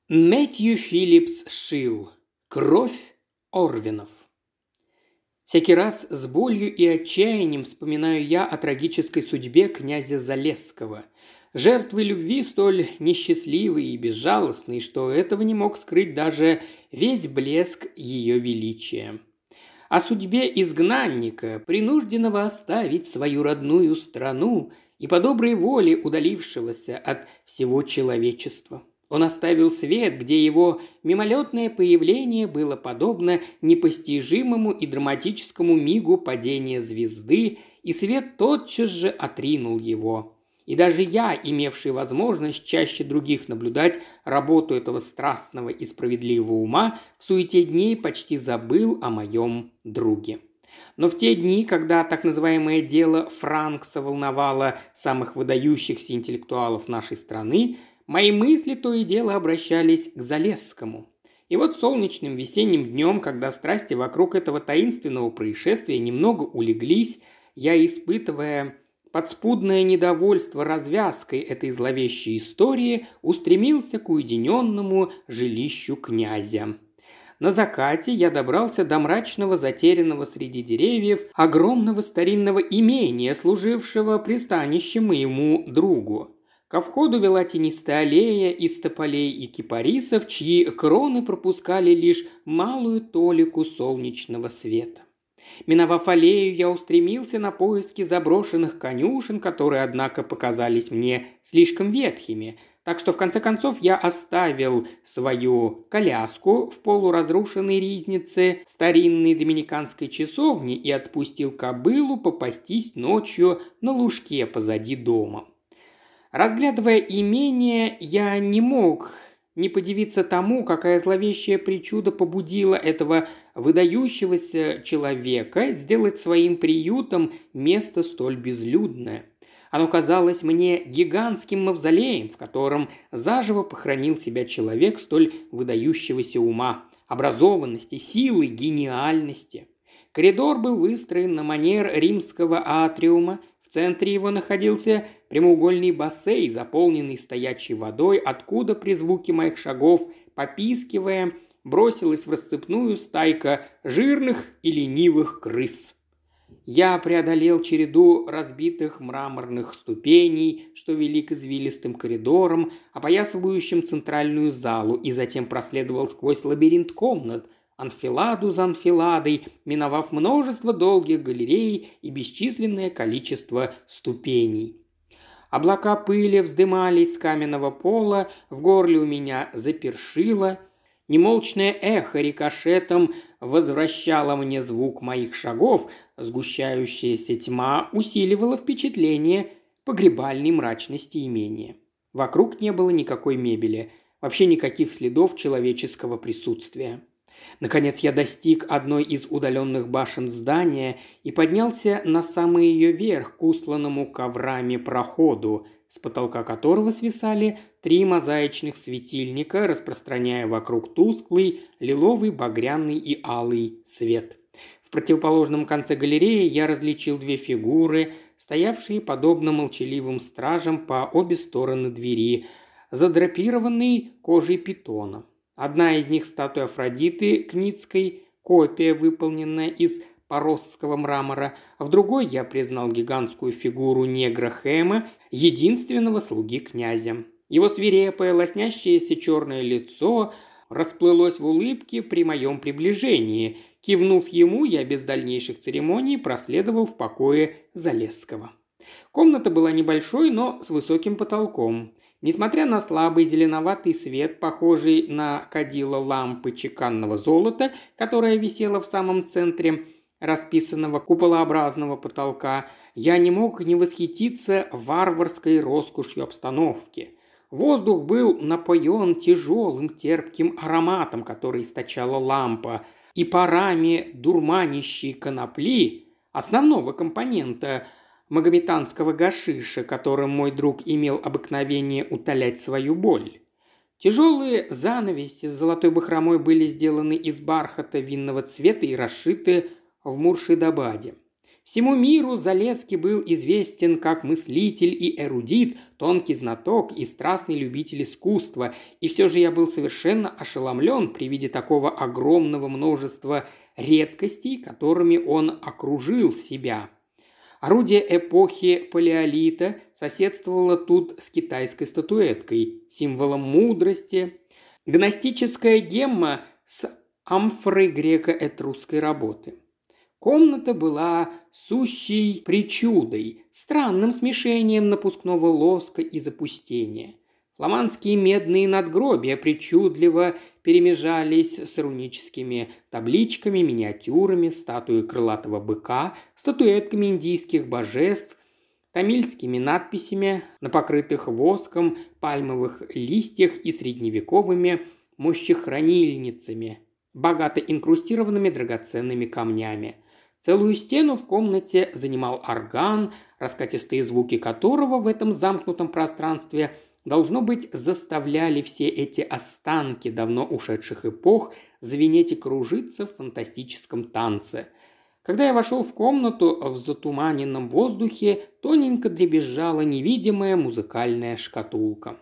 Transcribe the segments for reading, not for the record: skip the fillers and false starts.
Мэтью Филлипс Шилл. Кровь Орвинов. Всякий раз с болью и отчаянием вспоминаю я о трагической судьбе князя Залесского. Жертвы любви столь несчастливые и безжалостные, что этого не мог скрыть даже весь блеск ее величия. О судьбе изгнанника, принужденного оставить свою родную страну и по доброй воле удалившегося от всего человечества. Он оставил свет, где его мимолетное появление было подобно непостижимому и драматическому мигу падения звезды, и свет тотчас же отринул его. И даже я, имевший возможность чаще других наблюдать работу этого страстного и справедливого ума, в суете дней почти забыл о моем друге. Но в те дни, когда так называемое дело Франкса волновало самых выдающихся интеллектуалов нашей страны, мои мысли то и дело обращались к Залесскому. И вот солнечным весенним днем, когда страсти вокруг этого таинственного происшествия немного улеглись, я, испытывая подспудное недовольство развязкой этой зловещей истории, устремился к уединенному жилищу князя. На закате я добрался до мрачного, затерянного среди деревьев, огромного старинного имения, служившего пристанищем моему другу. Ко входу вела тенистая аллея из тополей и кипарисов, чьи кроны пропускали лишь малую толику солнечного света. Миновав аллею, я устремился на поиски заброшенных конюшен, которые, однако, показались мне слишком ветхими, так что в конце концов я оставил свою коляску в полуразрушенной ризнице старинной доминиканской часовни и отпустил кобылу попастись ночью на лужке позади дома. Разглядывая имение, я не мог не подивиться тому, какая зловещая причуда побудила этого выдающегося человека сделать своим приютом место столь безлюдное. Оно казалось мне гигантским мавзолеем, в котором заживо похоронил себя человек столь выдающегося ума, образованности, силы, гениальности. Коридор был выстроен на манер римского атриума. В центре его находился прямоугольный бассейн, заполненный стоячей водой, откуда при звуке моих шагов, попискивая, бросилась в расцепную стайка жирных и ленивых крыс. Я преодолел череду разбитых мраморных ступеней, что вели к извилистым коридорам, опоясывающим центральную залу, и затем проследовал сквозь лабиринт комнат, анфиладу за анфиладой, миновав множество долгих галерей и бесчисленное количество ступеней. Облака пыли вздымались с каменного пола, в горле у меня запершило. Немолчное эхо рикошетом возвращало мне звук моих шагов, сгущающаяся тьма усиливала впечатление погребальной мрачности имения. Вокруг не было никакой мебели, вообще никаких следов человеческого присутствия. Наконец я достиг одной из удаленных башен здания и поднялся на самый ее верх к устланному коврами проходу, с потолка которого свисали 3 мозаичных светильника, распространяя вокруг тусклый, лиловый, багряный и алый свет. В противоположном конце галереи я различил 2 фигуры, стоявшие подобно молчаливым стражам по обе стороны двери, задрапированной кожей питона. Одна из них – статуя Афродиты Кницкой, копия, выполненная из поросского мрамора, а в другой я признал гигантскую фигуру негра Хэма, единственного слуги князя. Его свирепое, лоснящееся черное лицо расплылось в улыбке при моем приближении. Кивнув ему, я без дальнейших церемоний проследовал в покое Залесского. Комната была небольшой, но с высоким потолком. Несмотря на слабый зеленоватый свет, похожий на кадило лампы чеканного золота, которая висела в самом центре расписанного куполообразного потолка, я не мог не восхититься варварской роскошью обстановки. Воздух был напоен тяжелым терпким ароматом, который источала лампа, и парами дурманящей конопли, основного компонента магометанского гашиша, которым мой друг имел обыкновение утолять свою боль. Тяжелые занавеси с золотой бахромой были сделаны из бархата винного цвета и расшиты в Муршидабаде. Всему миру Залесский был известен как мыслитель и эрудит, тонкий знаток и страстный любитель искусства, и все же я был совершенно ошеломлен при виде такого огромного множества редкостей, которыми он окружил себя. Орудие эпохи Палеолита соседствовало тут с китайской статуэткой, символом мудрости, гностическая гемма с амфорой греко-этрусской работы. Комната была сущей причудой, странным смешением напускного лоска и запустения. Фламандские медные надгробия причудливо перемежались с руническими табличками, миниатюрами, статуей крылатого быка, статуэтками индийских божеств, тамильскими надписями на покрытых воском пальмовых листьях и средневековыми мощехранильницами, богато инкрустированными драгоценными камнями. Целую стену в комнате занимал орган, раскатистые звуки которого в этом замкнутом пространстве, должно быть, заставляли все эти останки давно ушедших эпох звенеть и кружиться в фантастическом танце. Когда я вошел в комнату, в затуманенном воздухе тоненько дребезжала невидимая музыкальная шкатулка.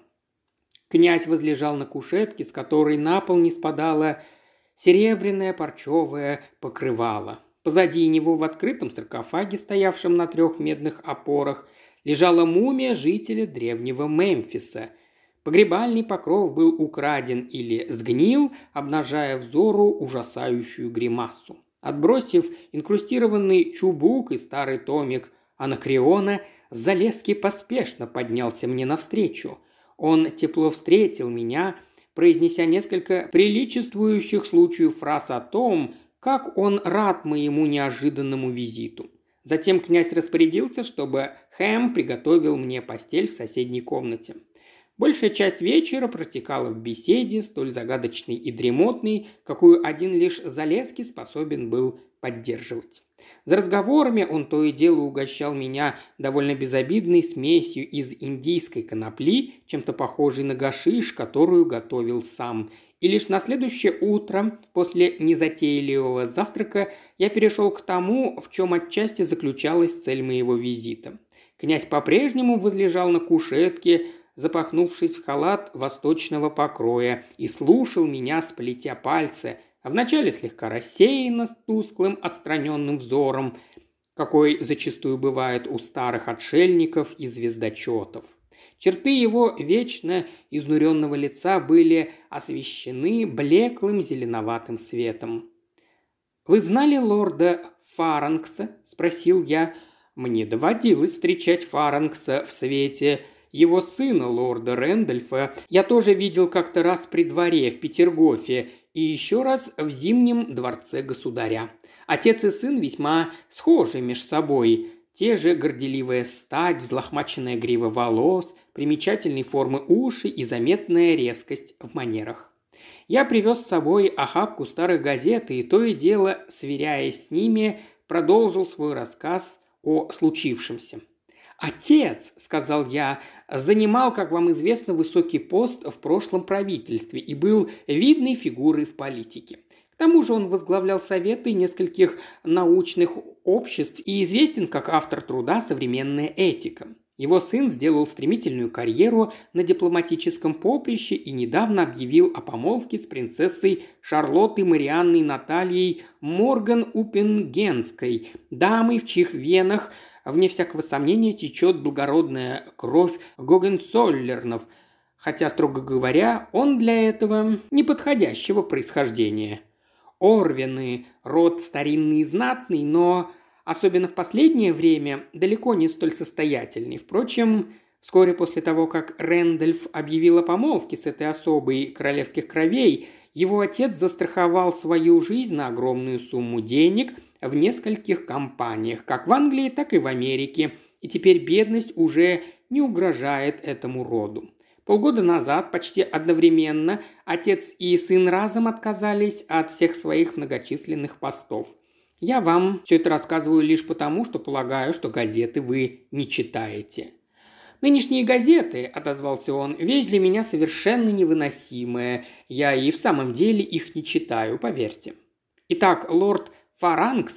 Князь возлежал на кушетке, с которой на пол не спадало серебряное парчевое покрывало. Позади него в открытом саркофаге, стоявшем на 3 медных опорах, лежала мумия жителя древнего Мемфиса. Погребальный покров был украден или сгнил, обнажая взору ужасающую гримасу. Отбросив инкрустированный чубук и старый томик Анакреона, Залесский поспешно поднялся мне навстречу. Он тепло встретил меня, произнеся несколько приличествующих случаю фраз о том, как он рад моему неожиданному визиту. Затем князь распорядился, чтобы Хэм приготовил мне постель в соседней комнате. Большая часть вечера протекала в беседе, столь загадочной и дремотной, какую один лишь Залесский способен был поддерживать. За разговорами он то и дело угощал меня довольно безобидной смесью из индийской конопли, чем-то похожей на гашиш, которую готовил сам. И лишь на следующее утро, после незатейливого завтрака, я перешел к тому, в чем отчасти заключалась цель моего визита. Князь по-прежнему возлежал на кушетке, запахнувшись в халат восточного покроя, и слушал меня, сплетя пальцы, а вначале слегка рассеянно, с тусклым отстраненным взором, какой зачастую бывает у старых отшельников и звездочетов. Черты его вечно изнуренного лица были освещены блеклым зеленоватым светом. «Вы знали лорда Фарангса?» – спросил я. «Мне доводилось встречать Фарангса в свете его сына, лорда Рэндольфа. Я тоже видел как-то раз при дворе в Петергофе и еще раз в Зимнем дворце государя. Отец и сын весьма схожи между собой». Те же горделивая стать, взлохмаченная грива волос, примечательной формы уши и заметная резкость в манерах. Я привез с собой охапку старых газет и то и дело, сверяясь с ними, продолжил свой рассказ о случившемся. «Отец, — сказал я, — занимал, как вам известно, высокий пост в прошлом правительстве и был видной фигурой в политике. К тому же он возглавлял советы нескольких научных обществ и известен как автор труда «Современная этика». Его сын сделал стремительную карьеру на дипломатическом поприще и недавно объявил о помолвке с принцессой Шарлоттой Марианной Натальей Морган-Уппенгенской, дамой, в чьих венах, вне всякого сомнения, течет благородная кровь Гогенцоллернов, хотя, строго говоря, он для этого неподходящего происхождения. Орвины – род старинный и знатный, но, особенно в последнее время, далеко не столь состоятельный. Впрочем, вскоре после того, как Рэндольф объявил о помолвке с этой особой королевских кровей, его отец застраховал свою жизнь на огромную сумму денег в нескольких компаниях, как в Англии, так и в Америке, и теперь бедность уже не угрожает этому роду. Полгода назад, почти одновременно, отец и сын разом отказались от всех своих многочисленных постов. Я вам все это рассказываю лишь потому, что полагаю, что газеты вы не читаете». «Нынешние газеты, — отозвался он, — вещь для меня совершенно невыносимая. Я и в самом деле их не читаю, поверьте». «Итак, лорд Фарангс, —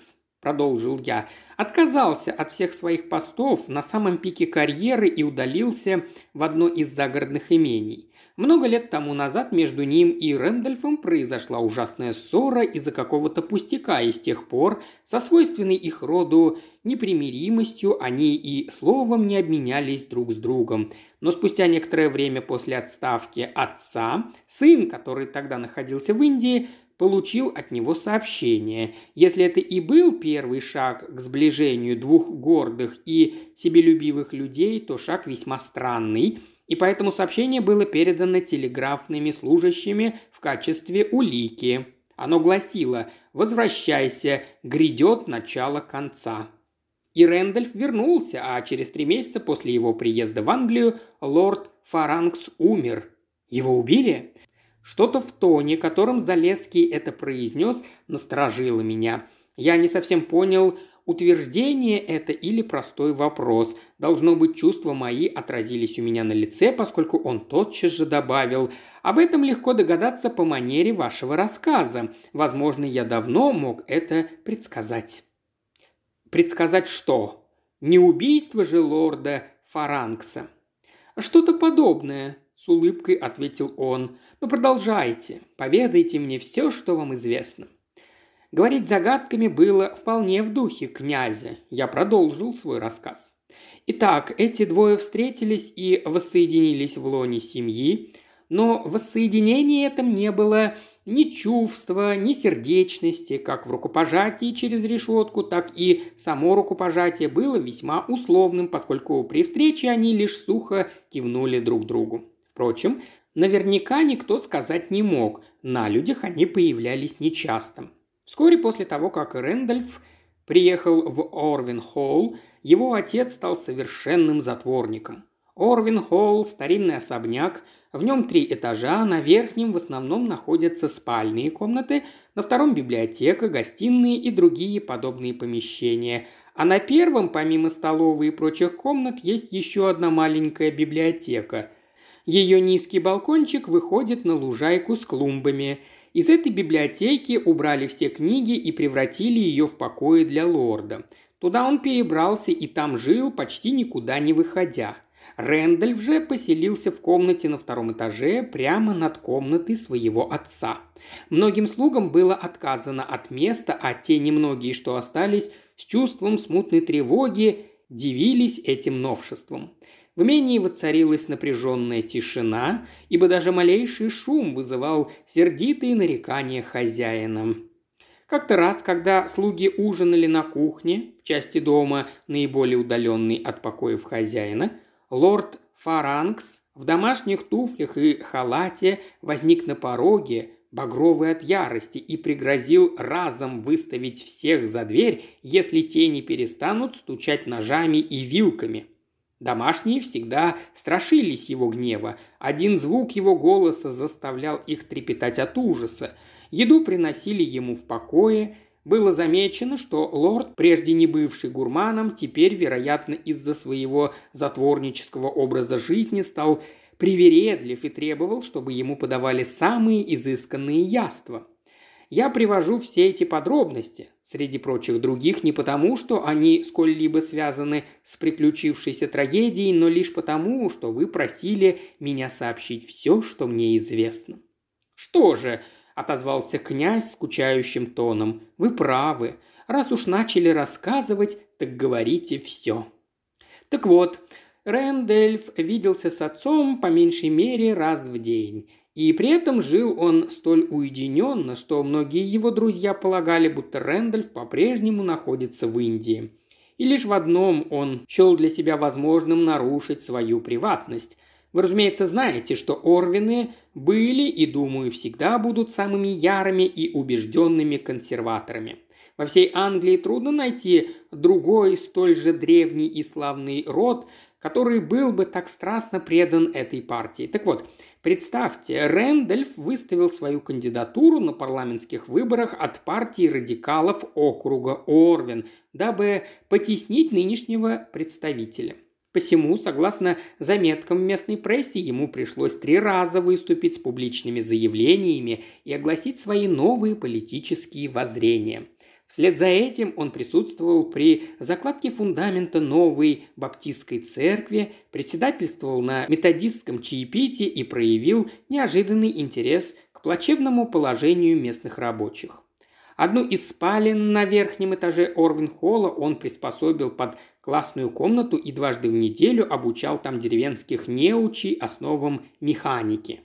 продолжил я, отказался от всех своих постов на самом пике карьеры и удалился в одно из загородных имений. Много лет тому назад между ним и Рэндольфом произошла ужасная ссора из-за какого-то пустяка, и с тех пор, со свойственной их роду непримиримостью, они и словом не обменялись друг с другом. Но спустя некоторое время после отставки отца, сын, который тогда находился в Индии, получил от него сообщение. Если это и был первый шаг к сближению двух гордых и себелюбивых людей, то шаг весьма странный, и поэтому сообщение было передано телеграфными служащими в качестве улики. Оно гласило: «Возвращайся, грядет начало конца». И Рэндольф вернулся, а через 3 месяца после его приезда в Англию лорд Фаранкс умер. Его убили? Что-то в тоне, которым Залесский это произнес, насторожило меня. Я не совсем понял, утверждение это или простой вопрос. Должно быть, чувства мои отразились у меня на лице, поскольку он тотчас же добавил: «Об этом легко догадаться по манере вашего рассказа. Возможно, я давно мог это предсказать». «Предсказать что? Не убийство же лорда Фаранкса?» «Что-то подобное», – с улыбкой ответил он. «Но продолжайте, поведайте мне все, что вам известно». Говорить загадками было вполне в духе князя. Я продолжил свой рассказ. Итак, эти двое встретились и воссоединились в лоне семьи, но в воссоединении этом не было ни чувства, ни сердечности, как в рукопожатии через решетку, так и само рукопожатие было весьма условным, поскольку при встрече они лишь сухо кивнули друг другу. Впрочем, наверняка никто сказать не мог, на людях они появлялись нечасто. Вскоре после того, как Рэндольф приехал в Орвин-Холл, его отец стал совершенным затворником. Орвин-Холл – старинный особняк, в нем 3 этажа, на верхнем в основном находятся спальные комнаты, на втором – библиотека, гостиные и другие подобные помещения, а на первом, помимо столовой и прочих комнат, есть еще одна маленькая библиотека. Ее низкий балкончик выходит на лужайку с клумбами. Из этой библиотеки убрали все книги и превратили ее в покои для лорда. Туда он перебрался и там жил, почти никуда не выходя. Рэндольф же поселился в комнате на 2-м этаже, прямо над комнатой своего отца. Многим слугам было отказано от места, а те немногие, что остались, с чувством смутной тревоги дивились этим новшеством. В имении воцарилась напряженная тишина, ибо даже малейший шум вызывал сердитые нарекания хозяина. Как-то раз, когда слуги ужинали на кухне, в части дома, наиболее удаленной от покоев хозяина, лорд Фаранкс в домашних туфлях и халате возник на пороге, багровый от ярости, и пригрозил разом выставить всех за дверь, если те не перестанут стучать ножами и вилками. Домашние всегда страшились его гнева. Один звук его голоса заставлял их трепетать от ужаса. Еду приносили ему в покое. Было замечено, что лорд, прежде не бывший гурманом, теперь, вероятно, из-за своего затворнического образа жизни стал привередлив и требовал, чтобы ему подавали самые изысканные яства. Я привожу все эти подробности, среди прочих других, не потому, что они сколь-либо связаны с приключившейся трагедией, но лишь потому, что вы просили меня сообщить все, что мне известно. «Что же?» – отозвался князь скучающим тоном. «Вы правы. Раз уж начали рассказывать, так говорите все». Так вот, Рэндольф виделся с отцом по меньшей мере раз в день. И при этом жил он столь уединенно, что многие его друзья полагали, будто Рэндольф по-прежнему находится в Индии. И лишь в одном он счел для себя возможным нарушить свою приватность. Вы, разумеется, знаете, что Орвины были и, думаю, всегда будут самыми ярыми и убежденными консерваторами. Во всей Англии трудно найти другой столь же древний и славный род, который был бы так страстно предан этой партии. Так вот, представьте, Рэндольф выставил свою кандидатуру на парламентских выборах от партии радикалов округа Орвин, дабы потеснить нынешнего представителя. Посему, согласно заметкам в местной прессе, ему пришлось 3 раза выступить с публичными заявлениями и огласить свои новые политические воззрения. Вслед за этим он присутствовал при закладке фундамента новой баптистской церкви, председательствовал на методистском чаепитии и проявил неожиданный интерес к плачевному положению местных рабочих. Одну из спален на верхнем этаже Орвин-холла он приспособил под классную комнату и дважды в неделю обучал там деревенских неучей основам механики.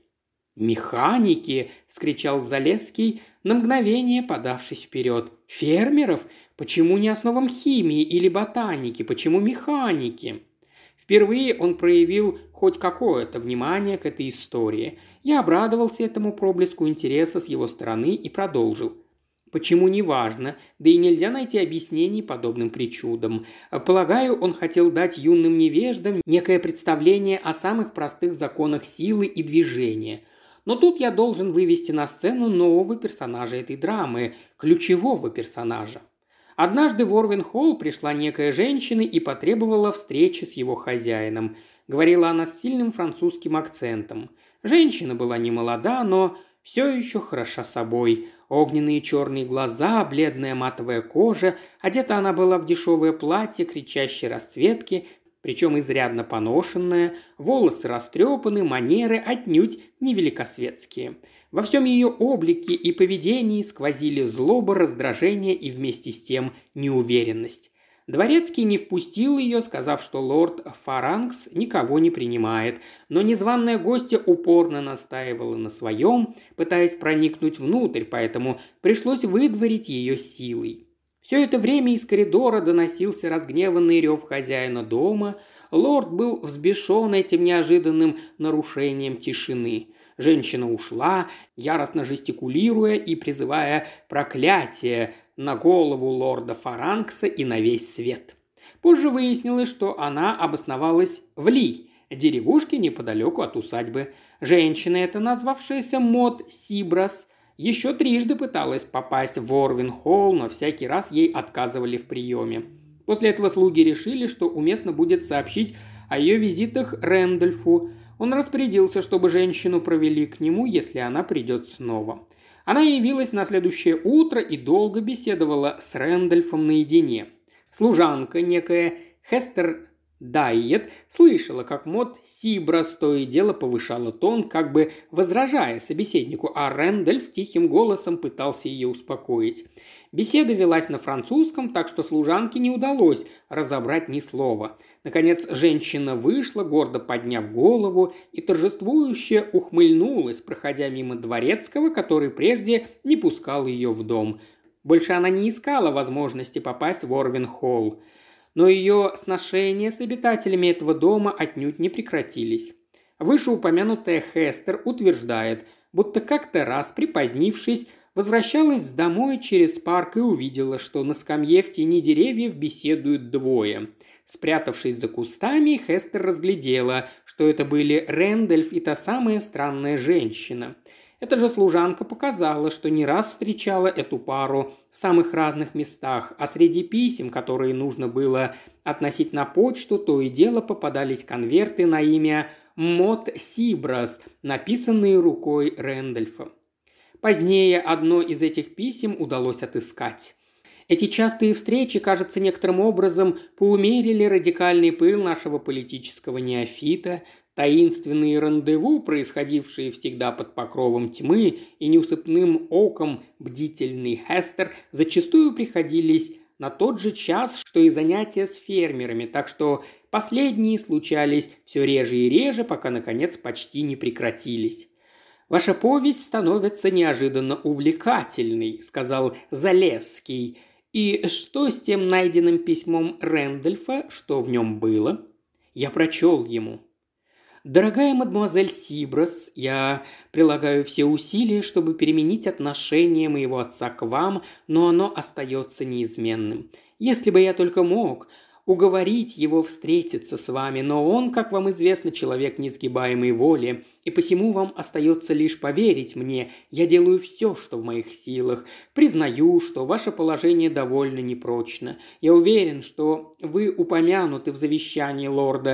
«Механики!» – вскричал Залесский, на мгновение подавшись вперед. «Фермеров? Почему не основам химии или ботаники? Почему механики?» Впервые он проявил хоть какое-то внимание к этой истории. Я обрадовался этому проблеску интереса с его стороны и продолжил. Почему не важно, да и нельзя найти объяснений подобным причудам. Полагаю, он хотел дать юным невеждам некое представление о самых простых законах силы и движения. Но тут я должен вывести на сцену нового персонажа этой драмы, ключевого персонажа. Однажды в Орвин-холл пришла некая женщина и потребовала встречи с его хозяином. Говорила она с сильным французским акцентом. Женщина была не молода, но все еще хороша собой. Огненные черные глаза, бледная матовая кожа. Одета она была в дешевое платье кричащей расцветки, причем изрядно поношенное, волосы растрепаны, манеры отнюдь не великосветские. Во всем ее облике и поведении сквозили злоба, раздражение и вместе с тем неуверенность. Дворецкий не впустил ее, сказав, что лорд Фаранкс никого не принимает, но незваная гостья упорно настаивала на своем, пытаясь проникнуть внутрь, поэтому пришлось выдворить ее силой. Все это время из коридора доносился разгневанный рев хозяина дома. Лорд был взбешен этим неожиданным нарушением тишины. Женщина ушла, яростно жестикулируя и призывая проклятие на голову лорда Фаранкса и на весь свет. Позже выяснилось, что она обосновалась в Ли, деревушке неподалеку от усадьбы. Женщина эта, назвавшаяся Мод Сибрас, еще трижды пыталась попасть в Орвин-холл, но всякий раз ей отказывали в приеме. После этого слуги решили, что уместно будет сообщить о ее визитах Рэндольфу. Он распорядился, чтобы женщину провели к нему, если она придет снова. Она явилась на следующее утро и долго беседовала с Рэндольфом наедине. Служанка, некая Хестер Дайет, слышала, как Мод Сибрас то и дело повышала тон, как бы возражая собеседнику, а Рэндольф тихим голосом пытался ее успокоить. Беседа велась на французском, так что служанке не удалось разобрать ни слова. Наконец женщина вышла, гордо подняв голову, и торжествующе ухмыльнулась, проходя мимо дворецкого, который прежде не пускал ее в дом. Больше она не искала возможности попасть в Орвин-холл. Но ее сношения с обитателями этого дома отнюдь не прекратились. Вышеупомянутая Хестер утверждает, будто как-то раз, припозднившись, возвращалась домой через парк и увидела, что на скамье в тени деревьев беседуют двое. Спрятавшись за кустами, Хестер разглядела, что это были Рэндольф и та самая странная женщина. Эта же служанка показала, что не раз встречала эту пару в самых разных местах, а среди писем, которые нужно было относить на почту, то и дело попадались конверты на имя Мод Сибрас, написанные рукой Рэндольфа. Позднее одно из этих писем удалось отыскать. Эти частые встречи, кажется, некоторым образом поумерили радикальный пыл нашего политического неофита. Таинственные рандеву, происходившие всегда под покровом тьмы и неусыпным оком бдительный Хестер, зачастую приходились на тот же час, что и занятия с фермерами, так что последние случались все реже и реже, пока, наконец, почти не прекратились. «Ваша повесть становится неожиданно увлекательной», – сказал Залесский. «И что с тем найденным письмом Рэндольфа, что в нем было?» Я прочел ему. «Дорогая мадемуазель Сибрас, я прилагаю все усилия, чтобы переменить отношение моего отца к вам, но оно остается неизменным. Если бы я только мог уговорить его встретиться с вами, но он, как вам известно, человек несгибаемой воли, и посему вам остается лишь поверить мне. Я делаю все, что в моих силах. Признаю, что ваше положение довольно непрочно. Я уверен, что вы упомянуты в завещании лорда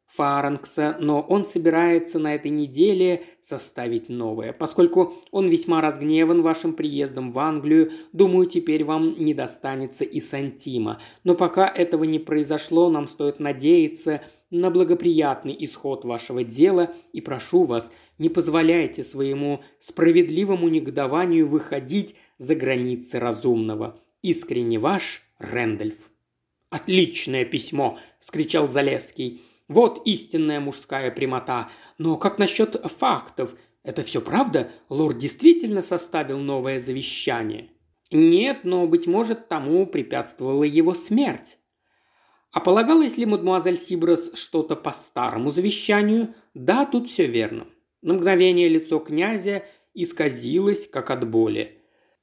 Фарнкса, но он собирается на этой неделе составить новое. Поскольку он весьма разгневан вашим приездом в Англию, думаю, теперь вам не достанется и сантима. Но пока этого не произошло, нам стоит надеяться на благоприятный исход вашего дела, и прошу вас, не позволяйте своему справедливому негодованию выходить за границы разумного. Искренне ваш Рэндольф». «Отличное письмо!» – вскричал Залесский. «Вот истинная мужская прямота. Но как насчет фактов? Это все правда? Лорд действительно составил новое завещание?» «Нет, но, быть может, тому препятствовала его смерть». «А полагалось ли мадемуазель Сибрас что-то по старому завещанию?» «Да, тут все верно». На мгновение лицо князя исказилось, как от боли.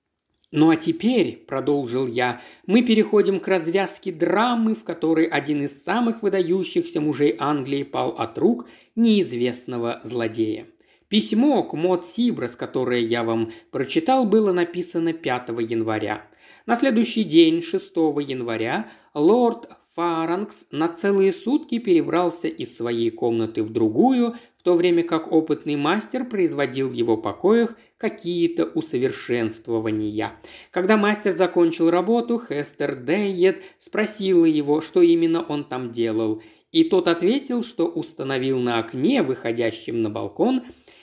«Ну а теперь, — продолжил я, — мы переходим к развязке драмы, в которой один из самых выдающихся мужей Англии пал от рук неизвестного злодея. Письмо к Мод Сибрас, которое я вам прочитал, было написано 5 января. На следующий день, 6 января, лорд Фарнкс на целые сутки перебрался из своей комнаты в другую, в то время как опытный мастер производил в его покоях какие-то усовершенствования. Когда мастер закончил работу, Хестер Дейет спросила его, что именно он там делал, и тот ответил, что установил на окне, выходящем на балкон,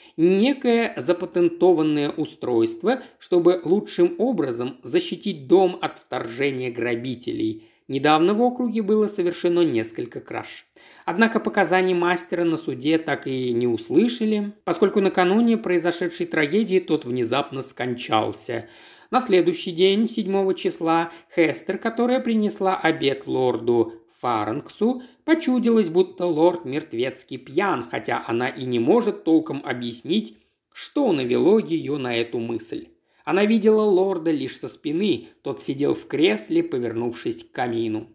некое запатентованное устройство, чтобы лучшим образом защитить дом от вторжения грабителей. Недавно в округе было совершено несколько краж. Однако показаний мастера на суде так и не услышали, поскольку накануне произошедшей трагедии тот внезапно скончался. На следующий день, 7 числа, Хестер, которая принесла обед лорду Фарнксу, почудилось, будто лорд мертвецки пьян, хотя она и не может толком объяснить, что навело ее на эту мысль. Она видела лорда лишь со спины, тот сидел в кресле, повернувшись к камину.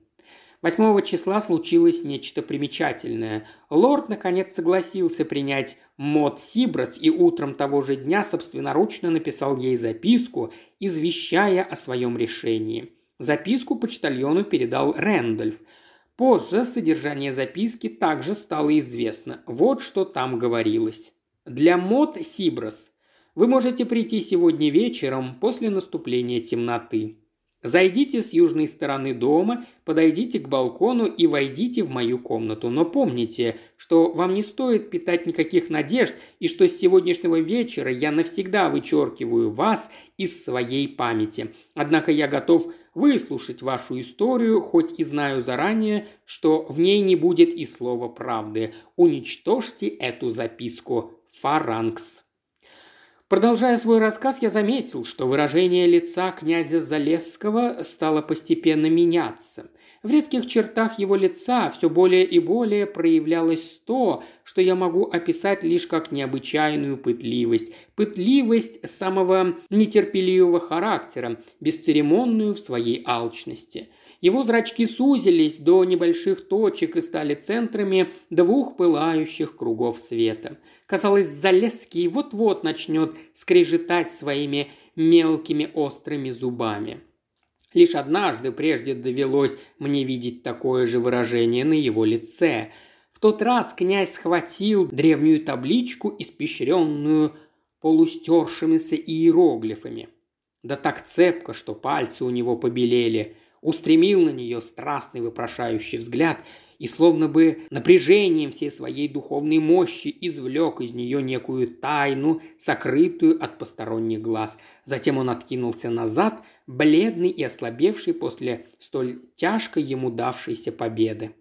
8 числа случилось нечто примечательное. Лорд, наконец, согласился принять Мод Сибрас и утром того же дня собственноручно написал ей записку, извещая о своем решении. Записку почтальону передал Рэндольф. Позже содержание записки также стало известно. Вот что там говорилось. «Для Мод Сибрас. Вы можете прийти сегодня вечером после наступления темноты. Зайдите с южной стороны дома, подойдите к балкону и войдите в мою комнату. Но помните, что вам не стоит питать никаких надежд и что с сегодняшнего вечера я навсегда вычеркиваю вас из своей памяти. Однако я готов выслушать вашу историю, хоть и знаю заранее, что в ней не будет и слова правды. Уничтожьте эту записку. Фарнкс». Продолжая свой рассказ, я заметил, что выражение лица князя Залесского стало постепенно меняться. В резких чертах его лица все более и более проявлялось то, что я могу описать лишь как необычайную пытливость. Пытливость самого нетерпеливого характера, бесцеремонную в своей алчности. Его зрачки сузились до небольших точек и стали центрами 2 пылающих кругов света. Казалось, Залесский вот-вот начнет скрежетать своими мелкими острыми зубами. Лишь однажды прежде довелось мне видеть такое же выражение на его лице. В тот раз князь схватил древнюю табличку, испещренную полустершимися иероглифами. Да так цепко, что пальцы у него побелели. Устремил на нее страстный вопрошающий взгляд и словно бы напряжением всей своей духовной мощи извлек из нее некую тайну, сокрытую от посторонних глаз. Затем он откинулся назад, бледный и ослабевший после столь тяжко ему давшейся победы.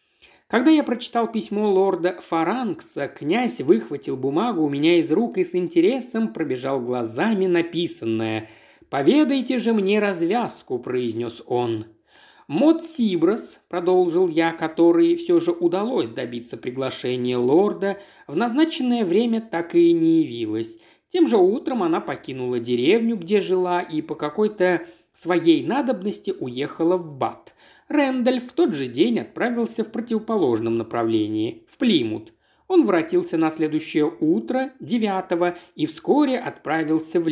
Когда я прочитал письмо лорда Фарнкса, князь выхватил бумагу у меня из рук и с интересом пробежал глазами написанное. «Поведайте же мне развязку», – произнес он. Мод Сибрас, продолжил я, который все же удалось добиться приглашения лорда, в назначенное время так и не явилась. Тем же утром она покинула деревню, где жила, и по какой-то своей надобности уехала в Бат. Рэндольф в тот же день отправился в противоположном направлении, в Плимут. Он воротился на следующее утро, 9-го, и вскоре отправился в Ли.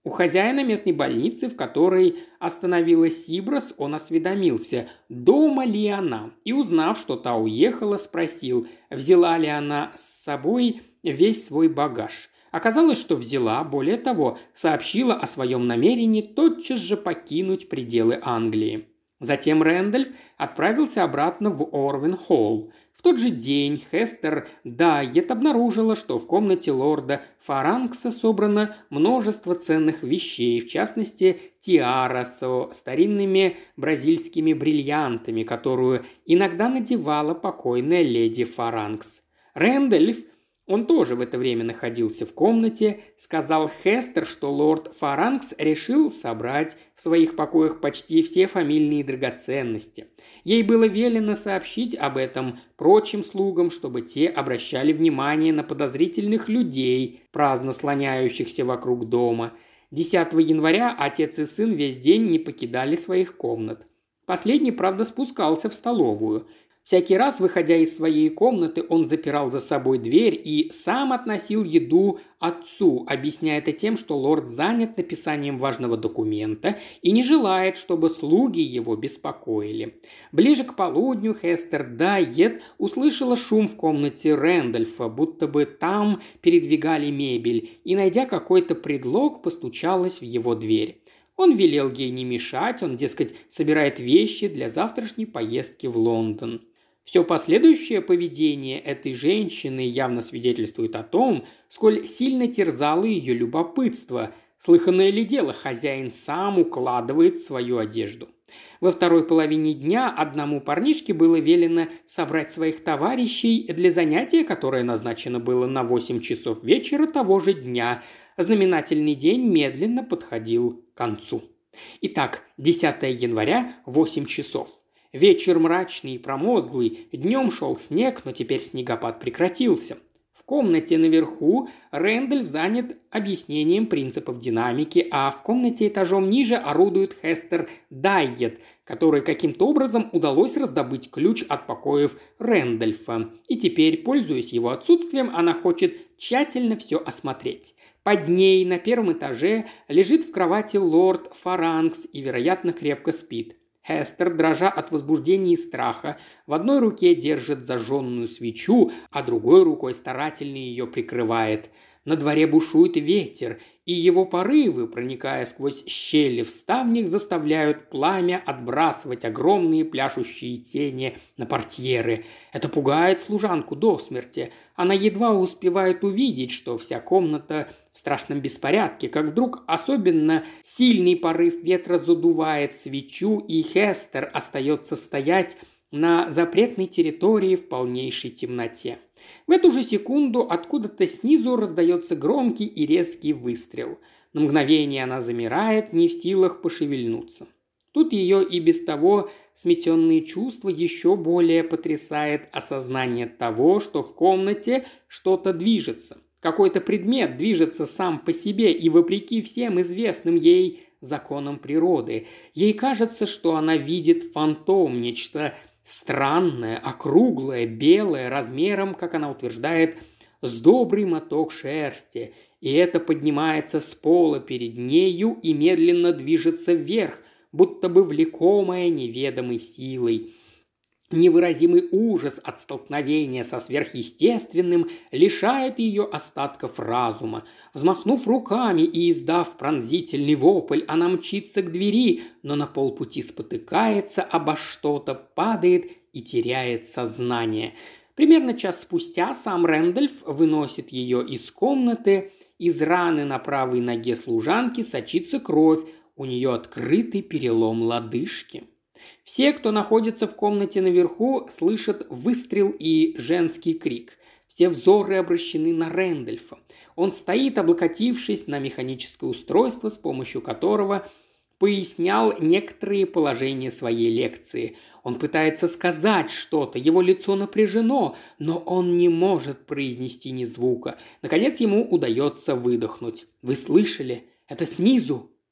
У хозяина местной больницы, в которой остановилась Сиброс, он осведомился, дома ли она, и, узнав, что та уехала, спросил, взяла ли она с собой весь свой багаж. Оказалось, что взяла, более того, сообщила о своем намерении тотчас же покинуть пределы Англии. Затем Рэндольф отправился обратно в Орвин-Холл. В тот же день Хестер Дайет обнаружила, что в комнате лорда Фаранкса собрано множество ценных вещей, в частности, тиара со старинными бразильскими бриллиантами, которую иногда надевала покойная леди Фаранкс. Рэндольф, он тоже в это время находился в комнате, сказал Хестер, что лорд Фаранкс решил собрать в своих покоях почти все фамильные драгоценности. Ей было велено сообщить об этом прочим слугам, чтобы те обращали внимание на подозрительных людей, праздно слоняющихся вокруг дома. 10 января отец и сын весь день не покидали своих комнат. Последний, правда, спускался в столовую. Всякий раз, выходя из своей комнаты, он запирал за собой дверь и сам относил еду отцу, объясняя это тем, что лорд занят написанием важного документа и не желает, чтобы слуги его беспокоили. Ближе к полудню Хестер Дайет услышала шум в комнате Рэндольфа, будто бы там передвигали мебель, и, найдя какой-то предлог, постучалась в его дверь. Он велел ей не мешать, он, дескать, собирает вещи для завтрашней поездки в Лондон. Все последующее поведение этой женщины явно свидетельствует о том, сколь сильно терзало ее любопытство. Слыханное ли дело, хозяин сам укладывает свою одежду. Во второй половине дня одному парнишке было велено собрать своих товарищей для занятия, которое назначено было на 8 часов вечера того же дня. Знаменательный день медленно подходил к концу. Итак, 10 января, 8 часов. Вечер мрачный и промозглый, днем шел снег, но теперь снегопад прекратился. В комнате наверху Рэндольф занят объяснением принципов динамики, а в комнате этажом ниже орудует Хестер Дайет, которой каким-то образом удалось раздобыть ключ от покоев Рэндольфа. И теперь, пользуясь его отсутствием, она хочет тщательно все осмотреть. Под ней на первом этаже лежит в кровати лорд Фаранкс и, вероятно, крепко спит. Хестер, дрожа от возбуждения и страха, в одной руке держит зажженную свечу, а другой рукой старательно ее прикрывает. На дворе бушует ветер, и его порывы, проникая сквозь щели в ставнях, заставляют пламя отбрасывать огромные пляшущие тени на портьеры. Это пугает служанку до смерти. Она едва успевает увидеть, что вся комната в страшном беспорядке, как вдруг особенно сильный порыв ветра задувает свечу, и Хестер остается стоять на запретной территории в полнейшей темноте. В эту же секунду откуда-то снизу раздается громкий и резкий выстрел. На мгновение она замирает, не в силах пошевельнуться. Тут ее и без того сметенные чувства еще более потрясает осознание того, что в комнате что-то движется. Какой-то предмет движется сам по себе и вопреки всем известным ей законам природы. Ей кажется, что она видит фантом, нечто странное, округлое, белое, размером, как она утверждает, с добрый моток шерсти. И это поднимается с пола перед нею и медленно движется вверх, будто бы влекомое неведомой силой. Невыразимый ужас от столкновения со сверхъестественным лишает ее остатков разума. Взмахнув руками и издав пронзительный вопль, она мчится к двери, но на полпути спотыкается обо что-то, падает и теряет сознание. Примерно час спустя сам Рэндольф выносит ее из комнаты. Из раны на правой ноге служанки сочится кровь, у нее открытый перелом лодыжки. Все, кто находится в комнате наверху, слышат выстрел и женский крик. Все взоры обращены на Рэндольфа. Он стоит, облокотившись на механическое устройство, с помощью которого пояснял некоторые положения своей лекции. Он пытается сказать что-то, его лицо напряжено, но он не может произнести ни звука. Наконец ему удается выдохнуть. «Вы слышали? Это снизу!»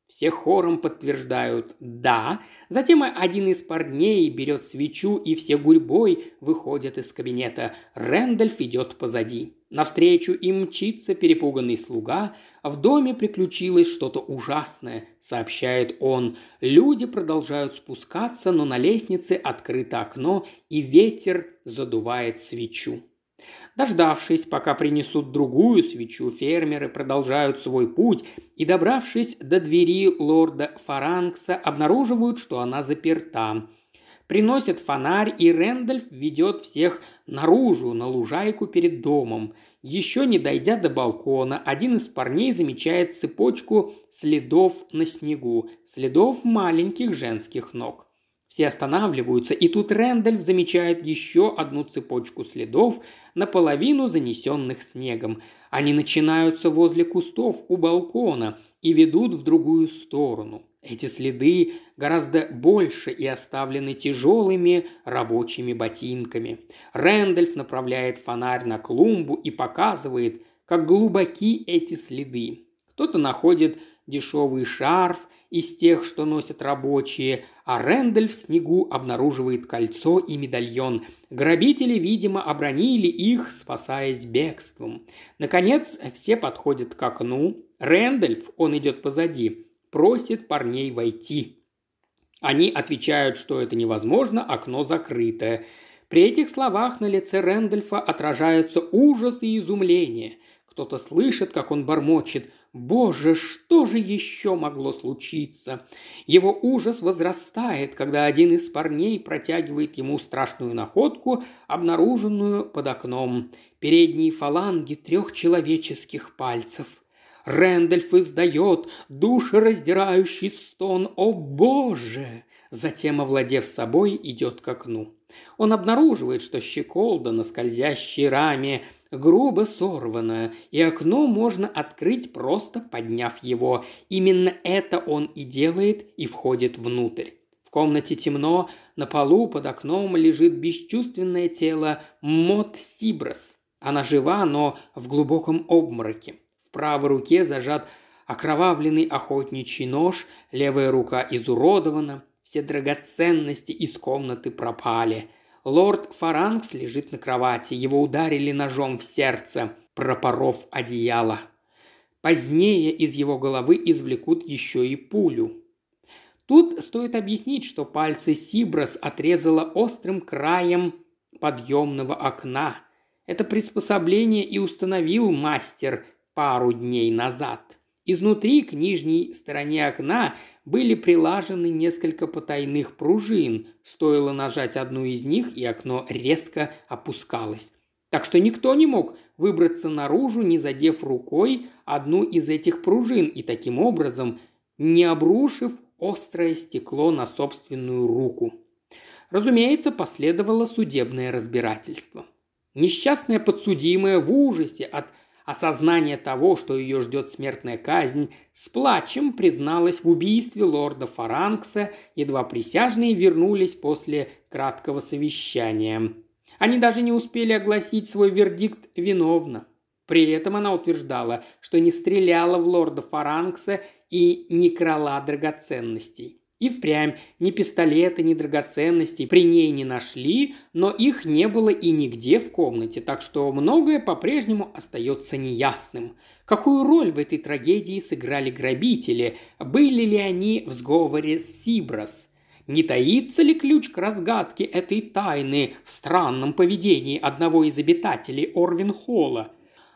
Все хором подтверждают «да». Затем один из парней берет свечу, и все гурьбой выходят из кабинета. Рэндольф идет позади. Навстречу им мчится перепуганный слуга. В доме приключилось что-то ужасное, сообщает он. Люди продолжают спускаться, но на лестнице открыто окно, и ветер задувает свечу. Дождавшись, пока принесут другую свечу, фермеры продолжают свой путь и, добравшись до двери лорда Фаранкса, обнаруживают, что она заперта. Приносят фонарь, и Рэндольф ведет всех наружу, на лужайку перед домом. Еще не дойдя до балкона, один из парней замечает цепочку следов на снегу, следов маленьких женских ног. Все останавливаются, и тут Рэндольф замечает еще одну цепочку следов, наполовину занесенных снегом. Они начинаются возле кустов у балкона и ведут в другую сторону. Эти следы гораздо больше и оставлены тяжелыми рабочими ботинками. Рэндольф направляет фонарь на клумбу и показывает, как глубоки эти следы. Кто-то находит дешевый шарф из тех, что носят рабочие, а Рэндольф в снегу обнаруживает кольцо и медальон. Грабители, видимо, обронили их, спасаясь бегством. Наконец, все подходят к окну. Рэндольф, он идет позади, просит парней войти. Они отвечают, что это невозможно, окно закрыто. При этих словах на лице Рэндольфа отражаются ужас и изумление. Кто-то слышит, как он бормочет: «Боже, что же еще могло случиться?» Его ужас возрастает, когда один из парней протягивает ему страшную находку, обнаруженную под окном. Передние фаланги 3 человеческих пальцев. Рэндольф издает душераздирающий стон «О Боже!». Затем, овладев собой, идет к окну. Он обнаруживает, что щеколда на скользящей раме грубо сорвана, и окно можно открыть, просто подняв его. Именно это он и делает, и входит внутрь. В комнате темно, на полу под окном лежит бесчувственное тело Мот Сибрас. Она жива, но в глубоком обмороке. В правой руке зажат окровавленный охотничий нож, левая рука изуродована, все драгоценности из комнаты пропали. Лорд Фаранкс лежит на кровати, его ударили ножом в сердце, пропоров одеяло. Позднее из его головы извлекут еще и пулю. Тут стоит объяснить, что пальцы Сибрас отрезала острым краем подъемного окна. Это приспособление и установил мастер пару дней назад. Изнутри к нижней стороне окна были прилажены несколько потайных пружин. Стоило нажать одну из них, и окно резко опускалось. Так что никто не мог выбраться наружу, не задев рукой одну из этих пружин и таким образом не обрушив острое стекло на собственную руку. Разумеется, последовало судебное разбирательство. Несчастная подсудимая в ужасе от осознание того, что ее ждет смертная казнь, с плачем призналась в убийстве лорда Фаранкса, едва присяжные вернулись после краткого совещания. Они даже не успели огласить свой вердикт «виновна». При этом она утверждала, что не стреляла в лорда Фаранкса и не крала драгоценностей. И впрямь ни пистолета, ни драгоценностей при ней не нашли, но их не было и нигде в комнате, так что многое по-прежнему остается неясным. Какую роль в этой трагедии сыграли грабители? Были ли они в сговоре с Сибрас? Не таится ли ключ к разгадке этой тайны в странном поведении одного из обитателей Орвин-Холла?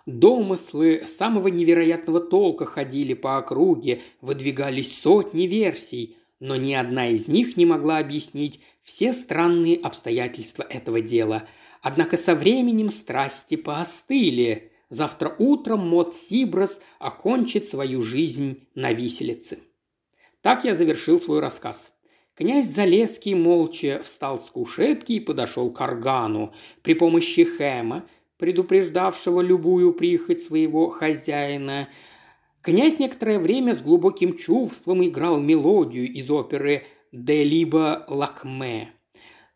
Домыслы самого невероятного толка ходили по округе, выдвигались сотни версий, но ни одна из них не могла объяснить все странные обстоятельства этого дела. Однако со временем страсти поостыли. Завтра утром Мот Сибрас окончит свою жизнь на виселице. Так я завершил свой рассказ. Князь Залесский молча встал с кушетки и подошел к органу. При помощи Хэма, предупреждавшего любую прихоть своего хозяина, князь некоторое время с глубоким чувством играл мелодию из оперы «Де либо Лакме».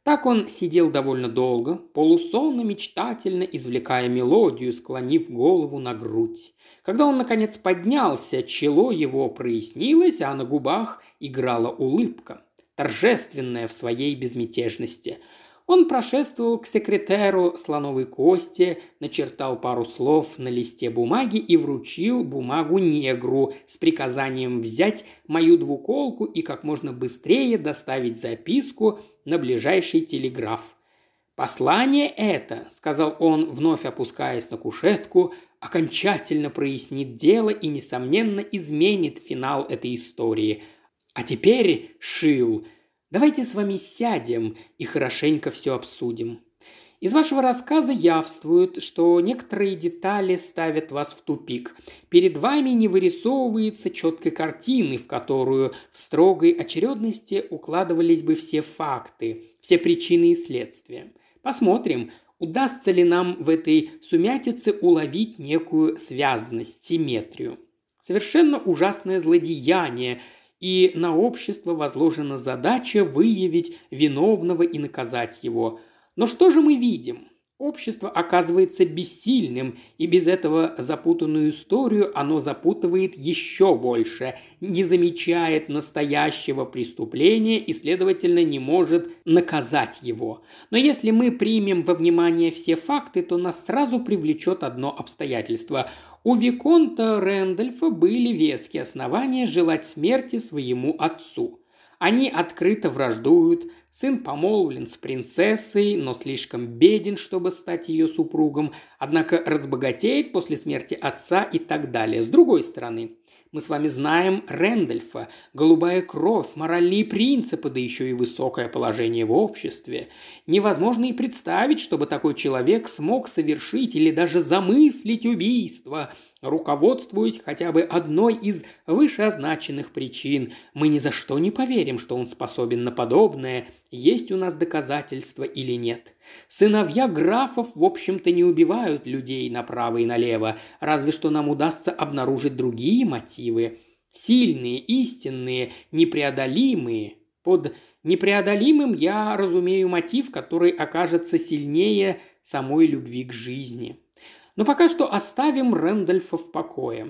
Так он сидел довольно долго, полусонно-мечтательно извлекая мелодию, склонив голову на грудь. Когда он, наконец, поднялся, чело его прояснилось, а на губах играла улыбка, торжественная в своей безмятежности. Он прошествовал к секретеру слоновой кости, начертал пару слов на листе бумаги и вручил бумагу негру с приказанием взять мою двуколку и как можно быстрее доставить записку на ближайший телеграф. «Послание это, — сказал он, вновь опускаясь на кушетку, — окончательно прояснит дело и, несомненно, изменит финал этой истории. А теперь, Шил, давайте с вами сядем и хорошенько все обсудим. Из вашего рассказа явствует, что некоторые детали ставят вас в тупик. Перед вами не вырисовывается четкой картины, в которую в строгой очередности укладывались бы все факты, все причины и следствия. Посмотрим, удастся ли нам в этой сумятице уловить некую связность, симметрию. Совершенно ужасное злодеяние, и на общество возложена задача выявить виновного и наказать его. Но что же мы видим? Общество оказывается бессильным, и без этого запутанную историю оно запутывает еще больше, не замечает настоящего преступления и, следовательно, не может наказать его. Но если мы примем во внимание все факты, то нас сразу привлечет одно обстоятельство. У виконта Рэндольфа были веские основания желать смерти своему отцу. Они открыто враждуют, сын помолвлен с принцессой, но слишком беден, чтобы стать ее супругом, однако разбогатеет после смерти отца и так далее. С другой стороны, мы с вами знаем Рэндольфа, голубая кровь, моральные принципы, да еще и высокое положение в обществе. Невозможно и представить, чтобы такой человек смог совершить или даже замыслить убийство, руководствуясь хотя бы одной из вышеозначенных причин. Мы ни за что не поверим, что он способен на подобное, есть у нас доказательства или нет. Сыновья графов, в общем-то, не убивают людей направо и налево, разве что нам удастся обнаружить другие мотивы. Сильные, истинные, непреодолимые. Под непреодолимым я разумею мотив, который окажется сильнее самой любви к жизни. Но пока что оставим Рэндольфа в покое.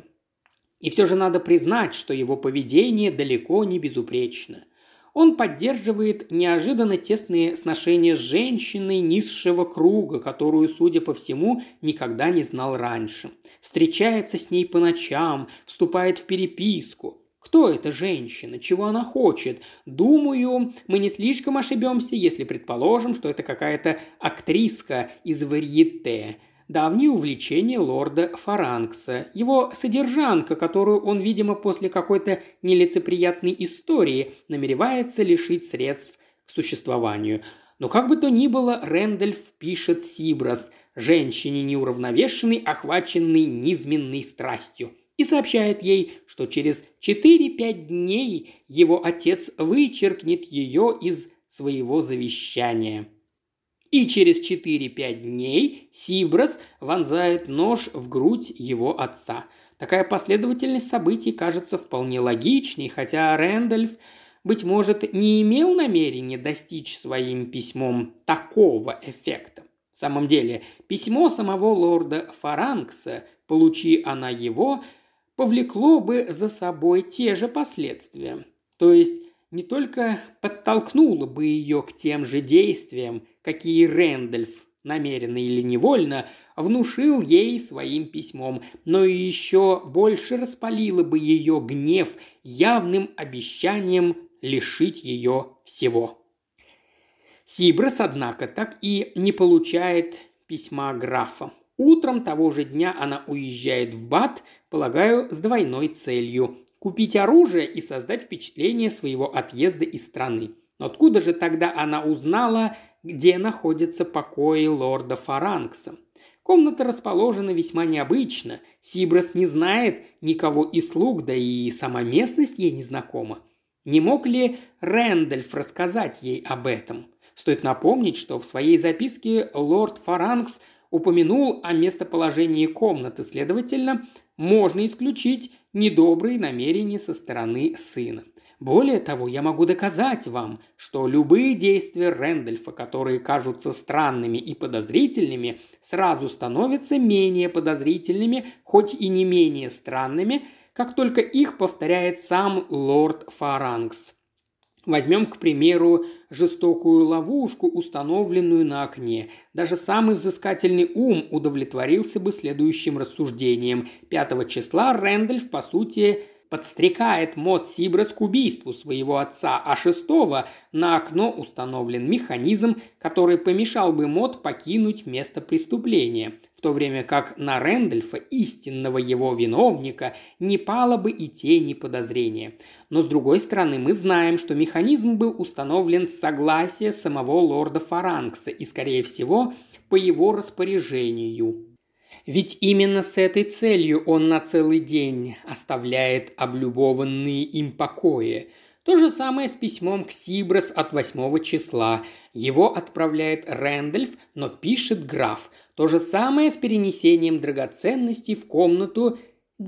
И все же надо признать, что его поведение далеко не безупречно. Он поддерживает неожиданно тесные сношения с женщиной низшего круга, которую, судя по всему, никогда не знал раньше. Встречается с ней по ночам, вступает в переписку. Кто эта женщина? Чего она хочет? Думаю, мы не слишком ошибемся, если предположим, что это какая-то актриска из варьете. Давнее увлечение лорда Фаранкса, его содержанка, которую он, видимо, после какой-то нелицеприятной истории намеревается лишить средств к существованию. Но как бы то ни было, Рэндольф пишет Сибрас, женщине неуравновешенной, охваченной низменной страстью, и сообщает ей, что через 4-5 дней его отец вычеркнет ее из своего завещания. И через 4-5 дней Сибрас вонзает нож в грудь его отца. Такая последовательность событий кажется вполне логичной, хотя Рэндольф, быть может, не имел намерения достичь своим письмом такого эффекта. В самом деле, письмо самого лорда Фаранкса, получи она его, повлекло бы за собой те же последствия. То есть не только подтолкнуло бы ее к тем же действиям, какие Рэндольф, намеренно или невольно, внушил ей своим письмом, но и еще больше распалило бы ее гнев явным обещанием лишить ее всего. Сибрас, однако, так и не получает письма графа. Утром того же дня она уезжает в Бат, полагаю, с двойной целью – купить оружие и создать впечатление своего отъезда из страны. Но откуда же тогда она узнала, где находятся покои лорда Фаранкса? Комната расположена весьма необычно. Сибрас не знает никого из слуг, да и сама местность ей не знакома. Не мог ли Рэндольф рассказать ей об этом? Стоит напомнить, что в своей записке лорд Фаранкс упомянул о местоположении комнаты, следовательно, можно исключить недобрые намерения со стороны сына. Более того, я могу доказать вам, что любые действия Рэндольфа, которые кажутся странными и подозрительными, сразу становятся менее подозрительными, хоть и не менее странными, как только их повторяет сам лорд Фарангс. Возьмем, к примеру, жестокую ловушку, установленную на окне. Даже самый взыскательный ум удовлетворился бы следующим рассуждением. 5 числа Рэндольф, по сути, подстрекает Мод Сибрас к убийству своего отца, а 6 на окно установлен механизм, который помешал бы Мод покинуть место преступления, в то время как на Рэндольфа, истинного его виновника, не пало бы и тени подозрения. Но с другой стороны, мы знаем, что механизм был установлен с согласия самого лорда Фарангса и, скорее всего, по его распоряжению. Ведь именно с этой целью он на целый день оставляет облюбованные им покои. То же самое с письмом к Сибрас от 8 числа. Его отправляет Рэндольф, но пишет граф. То же самое с перенесением драгоценностей в комнату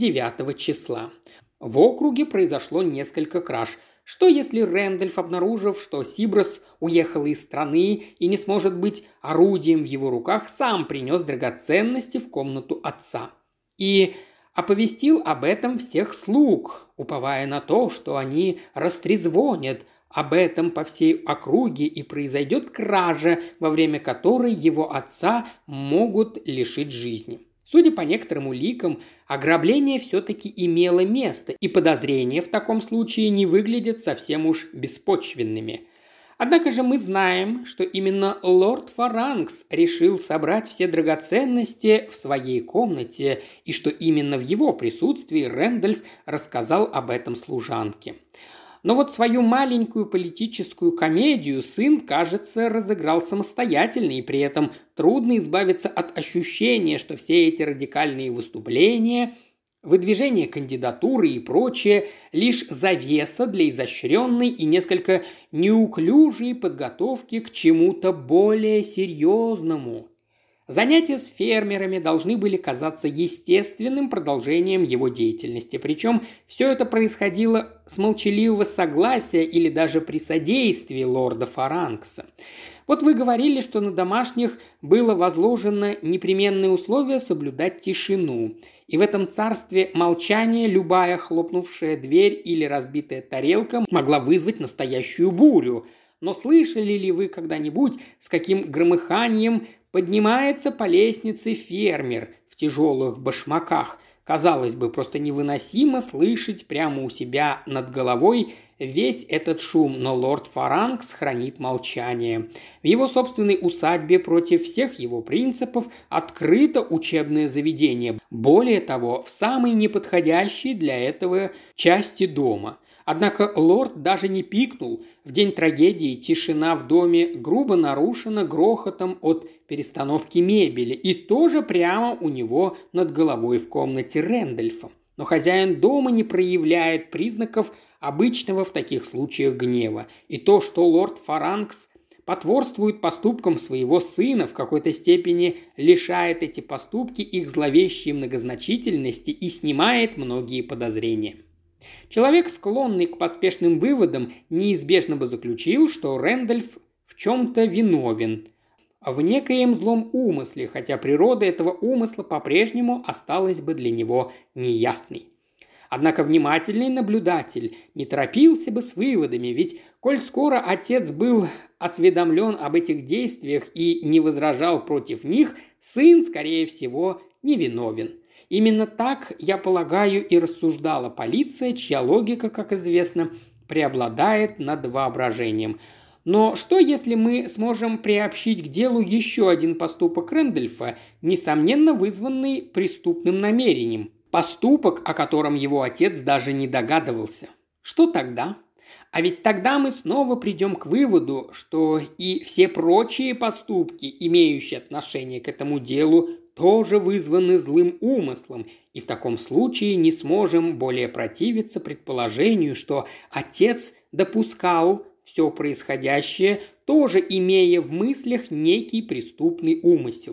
9 числа. В округе произошло несколько краж. Что если Рэндольф, обнаружив, что Сибрас уехала из страны и не сможет быть орудием в его руках, сам принес драгоценности в комнату отца и оповестил об этом всех слуг, уповая на то, что они растрезвонят об этом по всей округе и произойдет кража, во время которой его отца могут лишить жизни? Судя по некоторым уликам, ограбление все-таки имело место, и подозрения в таком случае не выглядят совсем уж беспочвенными. Однако же мы знаем, что именно лорд Фарангс решил собрать все драгоценности в своей комнате, и что именно в его присутствии Рэндольф рассказал об этом служанке. Но вот свою маленькую политическую комедию сын, кажется, разыграл самостоятельно, и при этом трудно избавиться от ощущения, что все эти радикальные выступления, выдвижение кандидатуры и прочее – лишь завеса для изощренной и несколько неуклюжей подготовки к чему-то более серьезному. Занятия с фермерами должны были казаться естественным продолжением его деятельности, причем все это происходило с молчаливого согласия или даже при содействии лорда Фарангса. Вот вы говорили, что на домашних было возложено непременное условие соблюдать тишину, и в этом царстве молчания любая хлопнувшая дверь или разбитая тарелка могла вызвать настоящую бурю. Но слышали ли вы когда-нибудь, с каким громыханием поднимается по лестнице фермер в тяжелых башмаках? Казалось бы, просто невыносимо слышать прямо у себя над головой весь этот шум, но лорд Фарангс хранит молчание. В его собственной усадьбе против всех его принципов открыто учебное заведение. Более того, в самой неподходящей для этого части дома. Однако лорд даже не пикнул. В день трагедии тишина в доме грубо нарушена грохотом от перестановки мебели, и тоже прямо у него над головой в комнате Рэндольфа. Но хозяин дома не проявляет признаков обычного в таких случаях гнева. И то, что лорд Фарангс потворствует поступкам своего сына, в какой-то степени лишает эти поступки их зловещей многозначительности и снимает многие подозрения. Человек, склонный к поспешным выводам, неизбежно бы заключил, что Рэндольф в чем-то виновен, в некоем злом умысле, хотя природа этого умысла по-прежнему осталась бы для него неясной. Однако внимательный наблюдатель не торопился бы с выводами, ведь коль скоро отец был осведомлен об этих действиях и не возражал против них, сын, скорее всего, невиновен. Именно так, я полагаю, и рассуждала полиция, чья логика, как известно, преобладает над воображением. Но что, если мы сможем приобщить к делу еще один поступок Рэндольфа, несомненно вызванный преступным намерением? Поступок, о котором его отец даже не догадывался. Что тогда? А ведь тогда мы снова придем к выводу, что и все прочие поступки, имеющие отношение к этому делу, тоже вызваны злым умыслом, и в таком случае не сможем более противиться предположению, что отец допускал все происходящее, тоже имея в мыслях некий преступный умысел.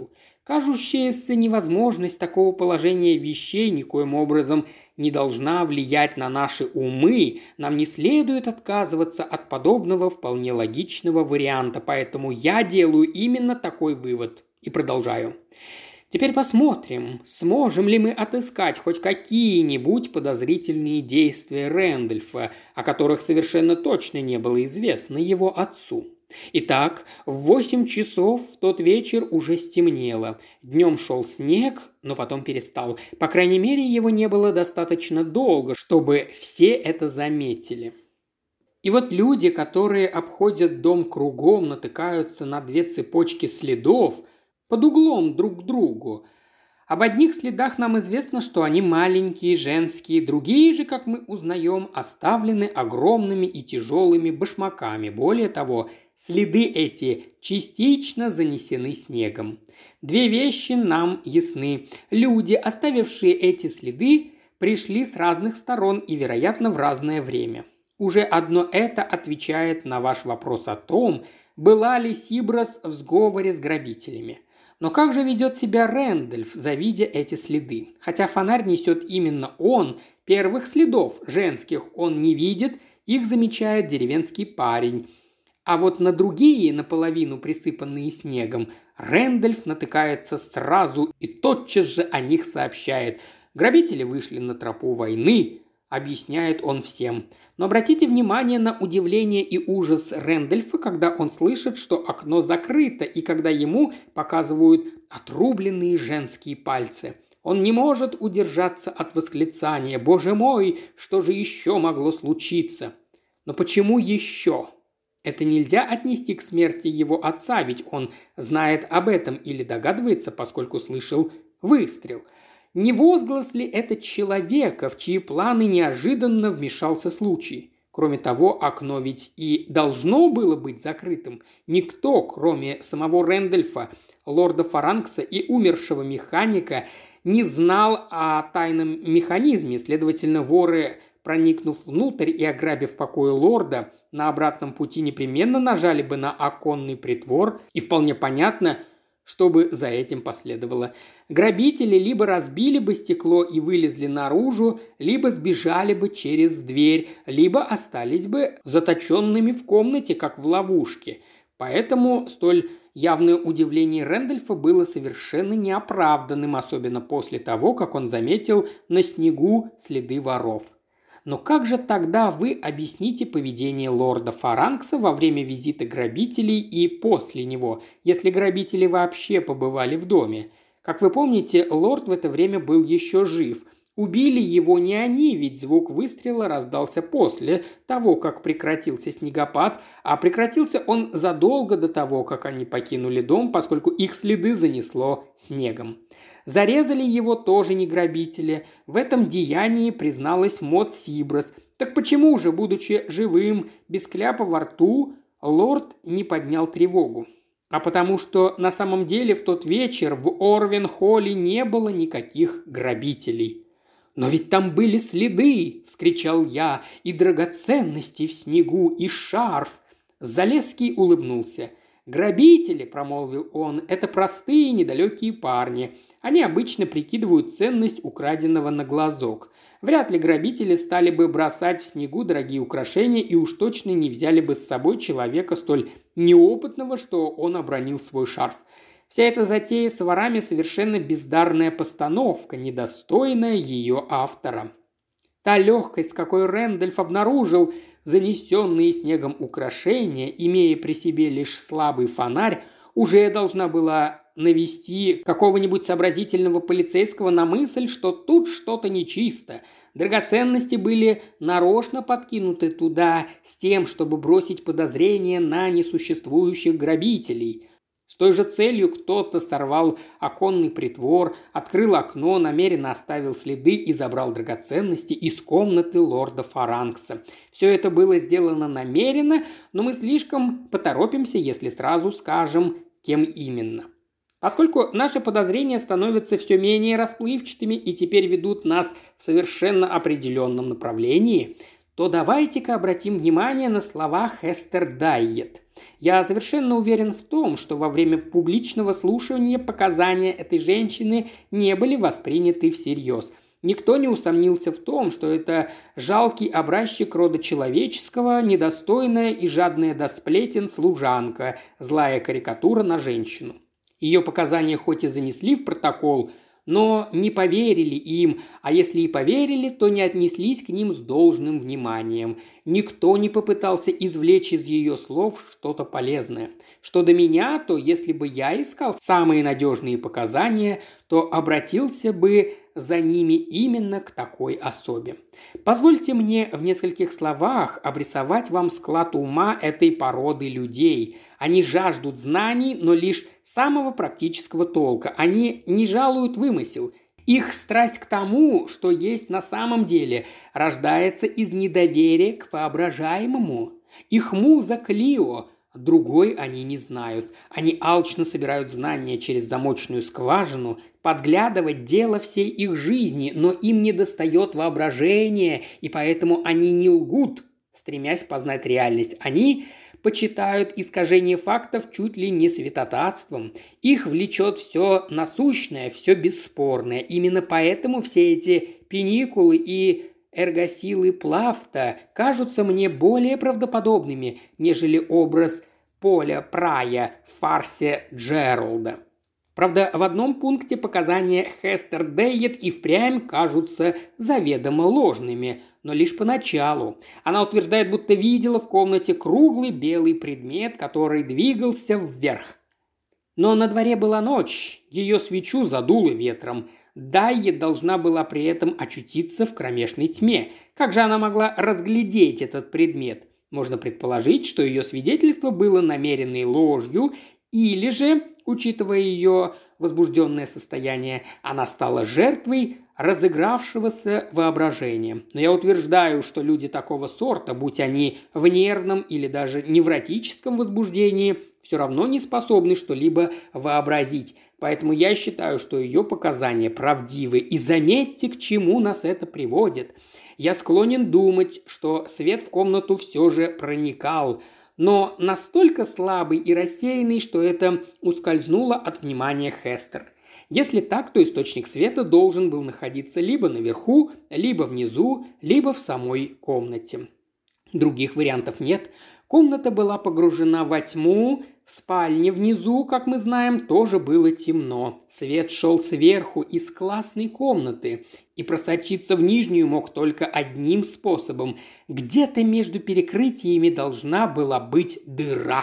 Кажущаяся невозможность такого положения вещей никоим образом не должна влиять на наши умы, нам не следует отказываться от подобного вполне логичного варианта, поэтому я делаю именно такой вывод и продолжаю. Теперь посмотрим, сможем ли мы отыскать хоть какие-нибудь подозрительные действия Рэндольфа, о которых совершенно точно не было известно его отцу. Итак, в 8 часов в тот вечер уже стемнело. Днем шел снег, но потом перестал. По крайней мере, его не было достаточно долго, чтобы все это заметили. И вот люди, которые обходят дом кругом, натыкаются на 2 цепочки следов под углом друг к другу. Об одних следах нам известно, что они маленькие, женские, другие же, как мы узнаем, оставлены огромными и тяжелыми башмаками. Более того, следы эти частично занесены снегом. 2 вещи нам ясны. Люди, оставившие эти следы, пришли с разных сторон и, вероятно, в разное время. Уже одно это отвечает на ваш вопрос о том, была ли Сибрас в сговоре с грабителями. Но как же ведет себя Рэндольф, завидя эти следы? Хотя фонарь несет именно он, первых следов женских он не видит, их замечает деревенский парень. А вот на другие, наполовину присыпанные снегом, Рэндольф натыкается сразу и тотчас же о них сообщает. Грабители вышли на тропу войны, объясняет он всем. Но обратите внимание на удивление и ужас Рэндольфа, когда он слышит, что окно закрыто, и когда ему показывают отрубленные женские пальцы. Он не может удержаться от восклицания: «Боже мой, что же еще могло случиться?» Но почему еще? Это нельзя отнести к смерти его отца, ведь он знает об этом или догадывается, поскольку слышал выстрел. Не возглас ли это человека, в чьи планы неожиданно вмешался случай? Кроме того, окно ведь и должно было быть закрытым. Никто, кроме самого Рэндольфа, лорда Фаранкса и умершего механика, не знал о тайном механизме. Следовательно, воры, проникнув внутрь и ограбив покои лорда, на обратном пути непременно нажали бы на оконный притвор, и вполне понятно, что бы за этим последовало. Грабители либо разбили бы стекло и вылезли наружу, либо сбежали бы через дверь, либо остались бы заточенными в комнате, как в ловушке. Поэтому столь явное удивление Рэндольфа было совершенно неоправданным, особенно после того, как он заметил на снегу следы воров. Но как же тогда вы объясните поведение лорда Фаранкса во время визита грабителей и после него, если грабители вообще побывали в доме? Как вы помните, лорд в это время был еще жив. Убили его не они, ведь звук выстрела раздался после того, как прекратился снегопад, а прекратился он задолго до того, как они покинули дом, поскольку их следы занесло снегом. Зарезали его тоже не грабители. В этом деянии призналась Мод Сибрас. Так почему же, будучи живым, без кляпа во рту, лорд не поднял тревогу? А потому что на самом деле в тот вечер в Орвен-Холле не было никаких грабителей. «Но ведь там были следы!» – вскричал я. «И драгоценности в снегу, и шарф!» Залесский улыбнулся. «Грабители», – промолвил он, – «это простые недалекие парни. Они обычно прикидывают ценность украденного на глазок. Вряд ли грабители стали бы бросать в снегу дорогие украшения и уж точно не взяли бы с собой человека столь неопытного, что он обронил свой шарф. Вся эта затея с ворами совершенно бездарная постановка, недостойная ее автора. Та легкость, с какой Рэндольф обнаружил занесенные снегом украшения, имея при себе лишь слабый фонарь, уже должна была навести какого-нибудь сообразительного полицейского на мысль, что тут что-то нечисто. Драгоценности были нарочно подкинуты туда с тем, чтобы бросить подозрение на несуществующих грабителей. С той же целью кто-то сорвал оконный притвор, открыл окно, намеренно оставил следы и забрал драгоценности из комнаты лорда Фаранкса. Все это было сделано намеренно, но мы слишком поторопимся, если сразу скажем, кем именно. Поскольку наши подозрения становятся все менее расплывчатыми и теперь ведут нас в совершенно определенном направлении, то давайте-ка обратим внимание на слова Хестер Дайет. Я совершенно уверен в том, что во время публичного слушания показания этой женщины не были восприняты всерьез. Никто не усомнился в том, что это жалкий образчик рода человеческого, недостойная и жадная до сплетен служанка, злая карикатура на женщину. Ее показания хоть и занесли в протокол, но не поверили им, а если и поверили, то не отнеслись к ним с должным вниманием. Никто не попытался извлечь из ее слов что-то полезное. Что до меня, то если бы я искал самые надежные показания, то обратился бы за ними именно к такой особе. Позвольте мне в нескольких словах обрисовать вам склад ума этой породы людей. Они жаждут знаний, но лишь самого практического толка. Они не жалуют вымысел. Их страсть к тому, что есть на самом деле, рождается из недоверия к воображаемому. Их муза Клио, другой они не знают. Они алчно собирают знания через замочную скважину, подглядывать дело всей их жизни, но им недостает воображения, и поэтому они не лгут, стремясь познать реальность. Они почитают искажение фактов чуть ли не святотатством. Их влечет все насущное, все бесспорное. Именно поэтому все эти пеникулы и эргосилы Плафта кажутся мне более правдоподобными, нежели образ Поля Прая в фарсе Джералда. Правда, в одном пункте показания Хестер Дейет и впрямь кажутся заведомо ложными, но лишь поначалу. Она утверждает, будто видела в комнате круглый белый предмет, который двигался вверх. Но на дворе была ночь, ее свечу задуло ветром. Дайет должна была при этом очутиться в кромешной тьме. Как же она могла разглядеть этот предмет? Можно предположить, что ее свидетельство было намеренной ложью, или же, учитывая ее возбужденное состояние, она стала жертвой разыгравшегося воображения. Но я утверждаю, что люди такого сорта, будь они в нервном или даже невротическом возбуждении, все равно не способны что-либо вообразить. Поэтому я считаю, что ее показания правдивы. И заметьте, к чему нас это приводит. Я склонен думать, что свет в комнату все же проникал, но настолько слабый и рассеянный, что это ускользнуло от внимания Хестер. Если так, то источник света должен был находиться либо наверху, либо внизу, либо в самой комнате. Других вариантов нет. Комната была погружена во тьму, в спальне внизу, как мы знаем, тоже было темно. Свет шел сверху из классной комнаты, и просочиться в нижнюю мог только одним способом. Где-то между перекрытиями должна была быть дыра.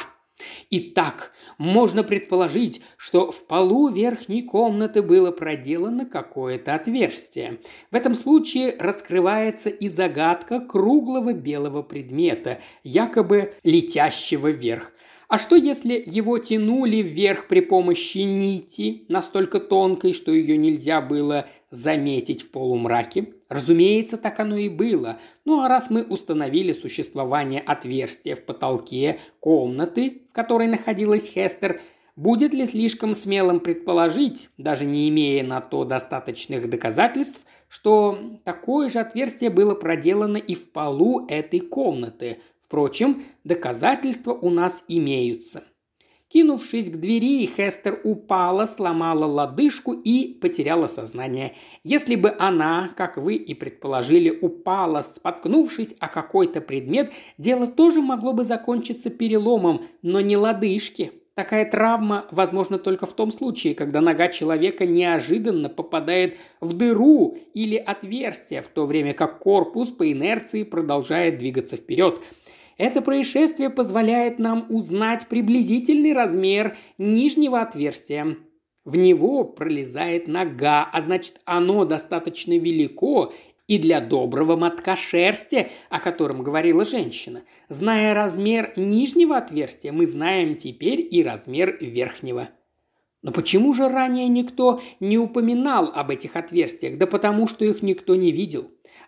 Итак, можно предположить, что в полу верхней комнаты было проделано какое-то отверстие. В этом случае раскрывается и загадка круглого белого предмета, якобы летящего вверх. А что если его тянули вверх при помощи нити, настолько тонкой, что ее нельзя было заметить в полумраке? Разумеется, так оно и было. Ну а раз мы установили существование отверстия в потолке комнаты, в которой находилась Хестер, будет ли слишком смелым предположить, даже не имея на то достаточных доказательств, что такое же отверстие было проделано и в полу этой комнаты? Впрочем, доказательства у нас имеются. Кинувшись к двери, Хестер упала, сломала лодыжку и потеряла сознание. Если бы она, как вы и предположили, упала, споткнувшись о какой-то предмет, дело тоже могло бы закончиться переломом, но не лодыжки. Такая травма возможна только в том случае, когда нога человека неожиданно попадает в дыру или отверстие, в то время как корпус по инерции продолжает двигаться вперед. Это происшествие позволяет нам узнать приблизительный размер нижнего отверстия. В него пролезает нога, а значит, оно достаточно велико и для доброго мотка шерсти, о котором говорила женщина. Зная размер нижнего отверстия, мы знаем теперь и размер верхнего. Но почему же ранее никто не упоминал об этих отверстиях? Да потому, что их никто не видел.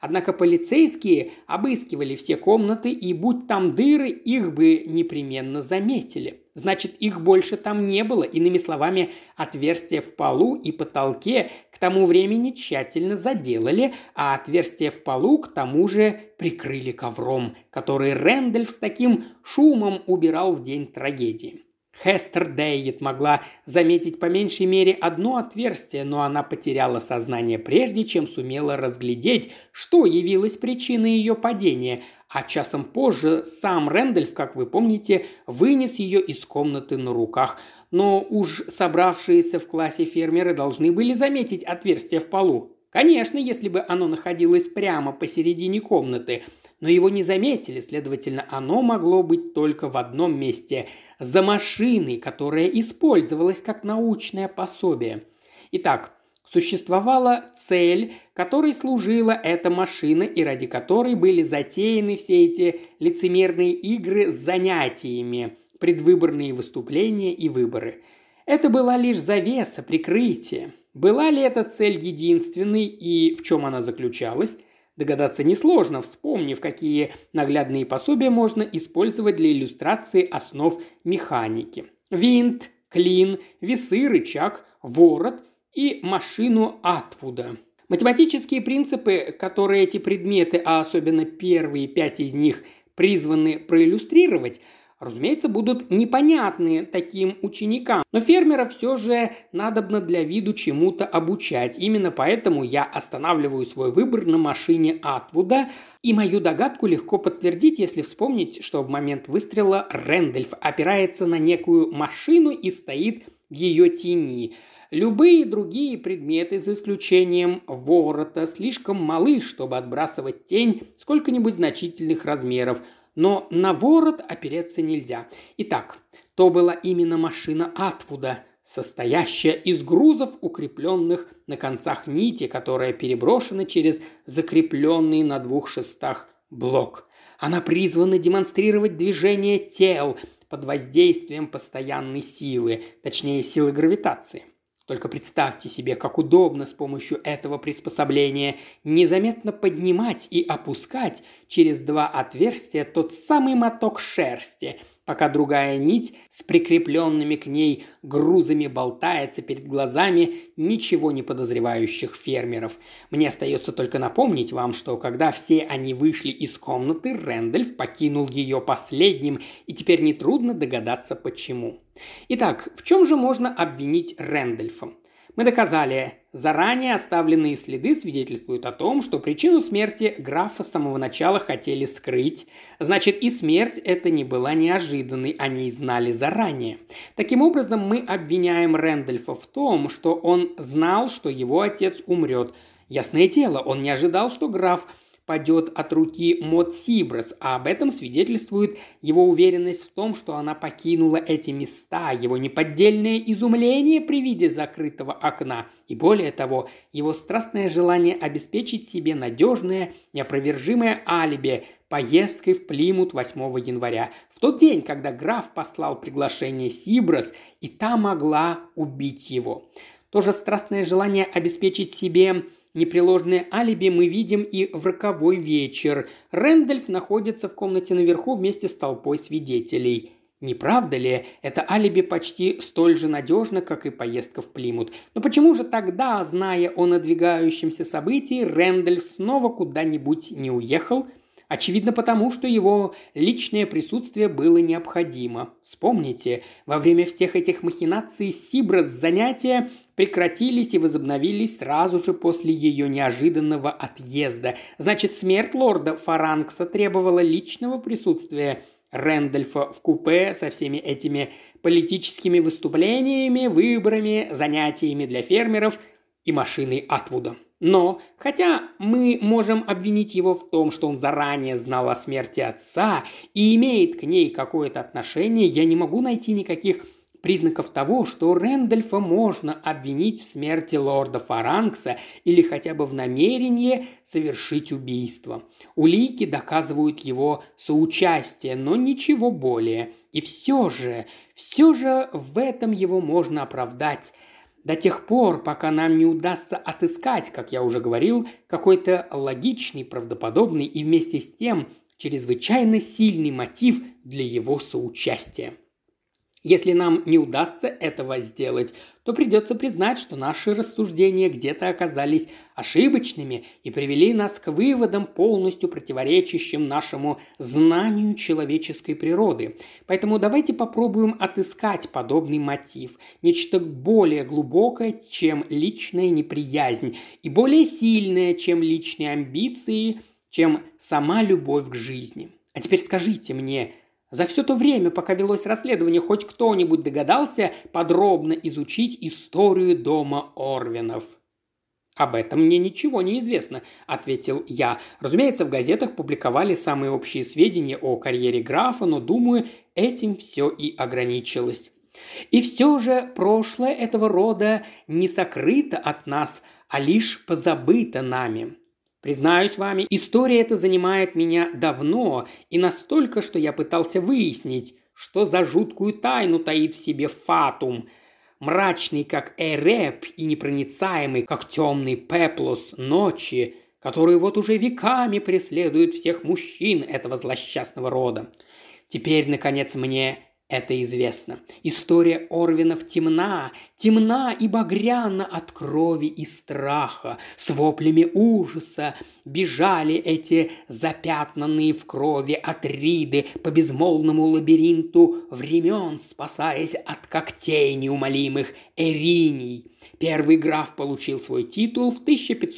Однако полицейские обыскивали все комнаты, и будь там дыры, их бы непременно заметили. Значит, их больше там не было. Иными словами, отверстия в полу и потолке к тому времени тщательно заделали, а отверстия в полу к тому же прикрыли ковром, который Рэндольф с таким шумом убирал в день трагедии. Хестер Дейет могла заметить по меньшей мере одно отверстие, но она потеряла сознание прежде, чем сумела разглядеть, что явилось причиной ее падения, а часом позже сам Рэндольф, как вы помните, вынес ее из комнаты на руках. Но уж собравшиеся в классе фермеры должны были заметить отверстие в полу. Конечно, если бы оно находилось прямо посередине комнаты, но его не заметили, следовательно, оно могло быть только в одном месте – за машиной, которая использовалась как научное пособие. Итак, существовала цель, которой служила эта машина и ради которой были затеяны все эти лицемерные игры с занятиями, предвыборные выступления и выборы. Это была лишь завеса, прикрытие. Была ли эта цель единственной и в чем она заключалась? Догадаться несложно, вспомнив, какие наглядные пособия можно использовать для иллюстрации основ механики. Винт, клин, весы, рычаг, ворот и машину Атвуда. Математические принципы, которые эти предметы, а особенно первые 5 из них, призваны проиллюстрировать, разумеется, будут непонятны таким ученикам, но фермера все же надобно для виду чему-то обучать. Именно поэтому я останавливаю свой выбор на машине Атвуда, и мою догадку легко подтвердить, если вспомнить, что в момент выстрела Рэндольф опирается на некую машину и стоит в ее тени. Любые другие предметы, за исключением ворота, слишком малы, чтобы отбрасывать тень сколько-нибудь значительных размеров, но на ворот опереться нельзя. Итак, то была именно машина Атвуда, состоящая из грузов, укрепленных на концах нити, которая переброшена через закрепленный на 2 шестах блок. Она призвана демонстрировать движение тел под воздействием постоянной силы, точнее силы гравитации. Только представьте себе, как удобно с помощью этого приспособления незаметно поднимать и опускать через 2 отверстия тот самый моток шерсти, пока другая нить с прикрепленными к ней грузами болтается перед глазами ничего не подозревающих фермеров. Мне остается только напомнить вам, что когда все они вышли из комнаты, Рэндольф покинул ее последним, и теперь нетрудно догадаться почему. Итак, в чем же можно обвинить Рэндольфа? Мы доказали, заранее оставленные следы свидетельствуют о том, что причину смерти графа с самого начала хотели скрыть. Значит, и смерть эта не была неожиданной, они знали заранее. Таким образом, мы обвиняем Рэндольфа в том, что он знал, что его отец умрет. Ясное дело, он не ожидал, что граф падет от руки Мод Сибрас, а об этом свидетельствует его уверенность в том, что она покинула эти места, его неподдельное изумление при виде закрытого окна и, более того, его страстное желание обеспечить себе надежное, неопровержимое алиби поездкой в Плимут 8 января, в тот день, когда граф послал приглашение Сибрас, и та могла убить его. То же страстное желание обеспечить себе непреложное алиби мы видим и в роковой вечер. Рэндольф находится в комнате наверху вместе с толпой свидетелей. Не правда ли, это алиби почти столь же надежно, как и поездка в Плимут? Но почему же тогда, зная о надвигающемся событии, Рэндольф снова куда-нибудь не уехал? Очевидно потому, что его личное присутствие было необходимо. Вспомните, во время всех этих махинаций Сибрас занятия прекратились и возобновились сразу же после ее неожиданного отъезда. Значит, смерть лорда Фаранкса требовала личного присутствия Рэндольфа в купе со всеми этими политическими выступлениями, выборами, занятиями для фермеров и машиной Атвуда. Но, хотя мы можем обвинить его в том, что он заранее знал о смерти отца и имеет к ней какое-то отношение, я не могу найти никаких признаков того, что Рэндольфа можно обвинить в смерти лорда Фаранкса или хотя бы в намерении совершить убийство. Улики доказывают его соучастие, но ничего более. И все же в этом его можно оправдать. До тех пор, пока нам не удастся отыскать, как я уже говорил, какой-то логичный, правдоподобный и вместе с тем чрезвычайно сильный мотив для его соучастия. Если нам не удастся этого сделать, то придется признать, что наши рассуждения где-то оказались ошибочными и привели нас к выводам, полностью противоречащим нашему знанию человеческой природы. Поэтому давайте попробуем отыскать подобный мотив, нечто более глубокое, чем личная неприязнь, и более сильное, чем личные амбиции, чем сама любовь к жизни. А теперь скажите мне, за все то время, пока велось расследование, хоть кто-нибудь догадался подробно изучить историю дома Орвинов? «Об этом мне ничего не известно», – ответил я. «Разумеется, в газетах публиковали самые общие сведения о карьере графа, но, думаю, этим все и ограничилось. И все же прошлое этого рода не сокрыто от нас, а лишь позабыто нами. Признаюсь вами, история эта занимает меня давно и настолько, что я пытался выяснить, что за жуткую тайну таит в себе Фатум, мрачный, как Эреб, и непроницаемый, как темный Пеплос ночи, который вот уже веками преследует всех мужчин этого злосчастного рода. Теперь, наконец, мне это известно. История Орвинов темна и багряна от крови и страха. С воплями ужаса бежали эти запятнанные в крови Атриды по безмолвному лабиринту времен, спасаясь от когтей неумолимых Эриней. Первый граф получил свой титул в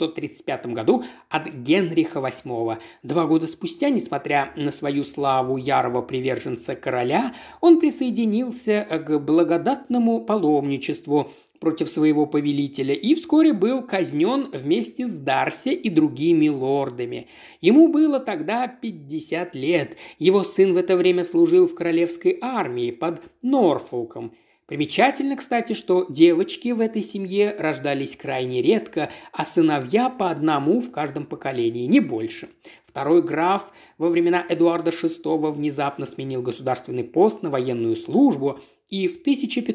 1535 году от Генриха VIII. 2 года спустя, несмотря на свою славу ярого приверженца короля, он присоединился к благодатному паломничеству против своего повелителя и вскоре был казнен вместе с Дарси и другими лордами. Ему было тогда 50 лет. Его сын в это время служил в королевской армии под Норфолком. Примечательно, кстати, что девочки в этой семье рождались крайне редко, а сыновья по одному в каждом поколении, не больше. Второй граф во времена Эдуарда VI внезапно сменил государственный пост на военную службу и в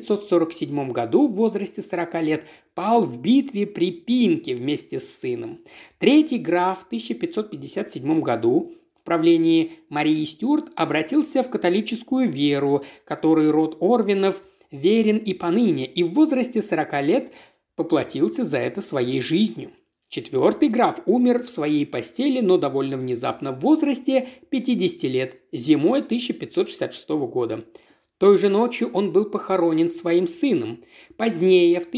1547 году в возрасте 40 лет пал в битве при Пинке вместе с сыном. Третий граф в 1557 году в правлении Марии Стюарт обратился в католическую веру, которой род Орвинов верен и поныне, и в возрасте 40 лет поплатился за это своей жизнью. Четвертый граф умер в своей постели, но довольно внезапно в возрасте 50 лет, зимой 1566 года. Той же ночью он был похоронен своим сыном. Позднее, в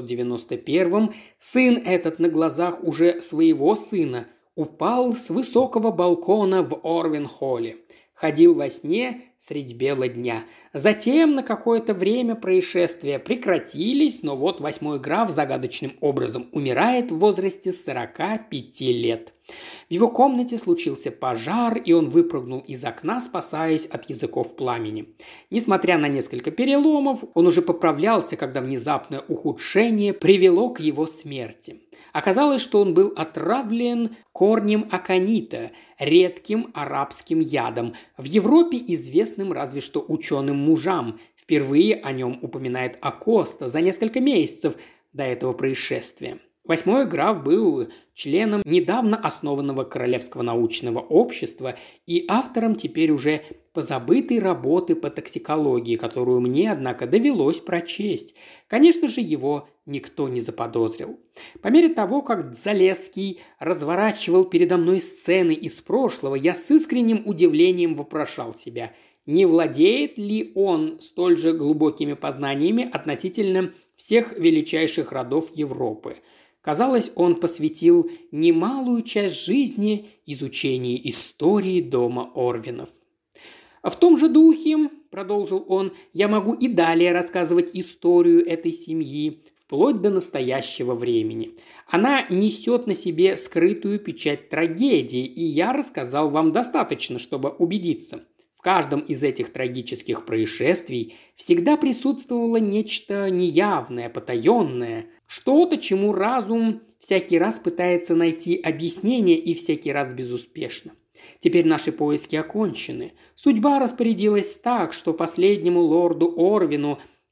1591, сын этот на глазах уже своего сына упал с высокого балкона в Орвин-холле. Ходил во сне средь бела дня. Затем на какое-то время происшествия прекратились, но вот 8-й граф загадочным образом умирает в возрасте 45 лет. В его комнате случился пожар, и он выпрыгнул из окна, спасаясь от языков пламени. Несмотря на несколько переломов, он уже поправлялся, когда внезапное ухудшение привело к его смерти. Оказалось, что он был отравлен корнем аконита, редким арабским ядом, в Европе известным разве что ученым мужам. Впервые о нем упоминает Акоста за несколько месяцев до этого происшествия. 8-й граф был членом недавно основанного Королевского научного общества и автором теперь уже позабытой работы по токсикологии, которую мне, однако, довелось прочесть. Конечно же, его никто не заподозрил. По мере того, как Залесский разворачивал передо мной сцены из прошлого, я с искренним удивлением вопрошал себя, не владеет ли он столь же глубокими познаниями относительно всех величайших родов Европы. Казалось, он посвятил немалую часть жизни изучению истории дома Орвинов. В том же духе, продолжил он, я могу и далее рассказывать историю этой семьи, вплоть до настоящего времени. Она несет на себе скрытую печать трагедии, и я рассказал вам достаточно, чтобы убедиться. В каждом из этих трагических происшествий всегда присутствовало нечто неявное, потаенное, что-то, чему разум всякий раз пытается найти объяснение и всякий раз безуспешно. Теперь наши поиски окончены. Судьба распорядилась так, что последнему лорду Орвину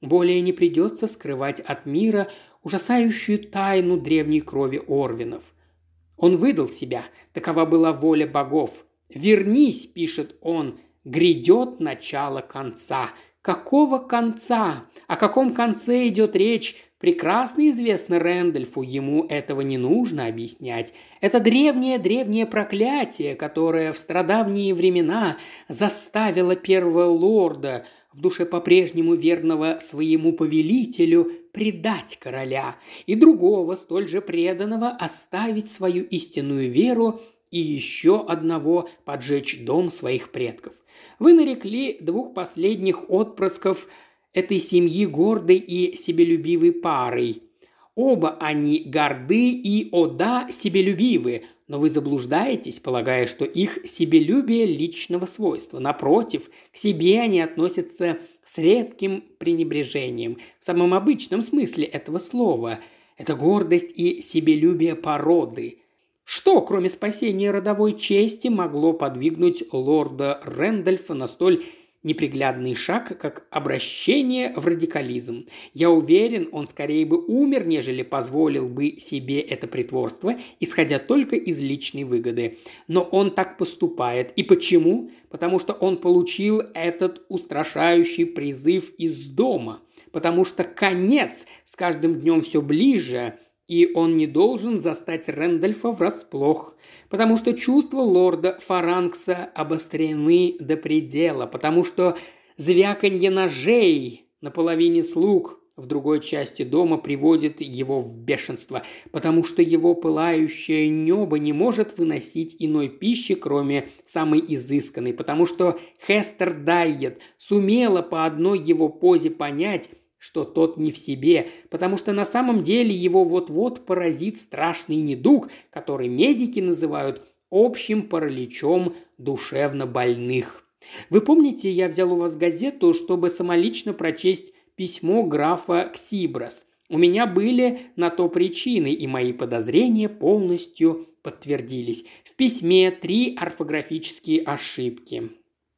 более не придется скрывать от мира ужасающую тайну древней крови Орвинов. Он выдал себя, такова была воля богов. «Вернись», – пишет он, – «грядет начало конца». Какого конца? О каком конце идет речь? Прекрасно известно Рэндольфу, ему этого не нужно объяснять. Это древнее проклятие, которое в стародавние времена заставило первого лорда, в душе по-прежнему верного своему повелителю, предать короля, и другого, столь же преданного, оставить свою истинную веру, и еще одного поджечь дом своих предков. Вы нарекли двух последних отпрысков этой семьи гордой и себелюбивой парой. Оба они горды и, о да, себелюбивы, но вы заблуждаетесь, полагая, что их себелюбие личного свойства. Напротив, к себе они относятся с редким пренебрежением, в самом обычном смысле этого слова. Это гордость и себелюбие породы. Что, кроме спасения родовой чести, могло подвигнуть лорда Рэндольфа на столь неприглядный шаг, как обращение в радикализм? Я уверен, он скорее бы умер, нежели позволил бы себе это притворство, исходя только из личной выгоды. Но он так поступает. И почему? Потому что он получил этот устрашающий призыв из дома. Потому что конец с каждым днем все ближе, и он не должен застать Рэндольфа врасплох, потому что чувства лорда Фаранкса обострены до предела, потому что звяканье ножей на половине слуг в другой части дома приводит его в бешенство, потому что его пылающее небо не может выносить иной пищи, кроме самой изысканной, потому что Хестер Дайет сумела по одной его позе понять, что тот не в себе, потому что на самом деле его вот-вот поразит страшный недуг, который медики называют общим параличом душевно больных. Вы помните, я взял у вас газету, чтобы самолично прочесть письмо графа Ксиброс. У меня были на то причины, и мои подозрения полностью подтвердились. В письме 3 орфографические ошибки.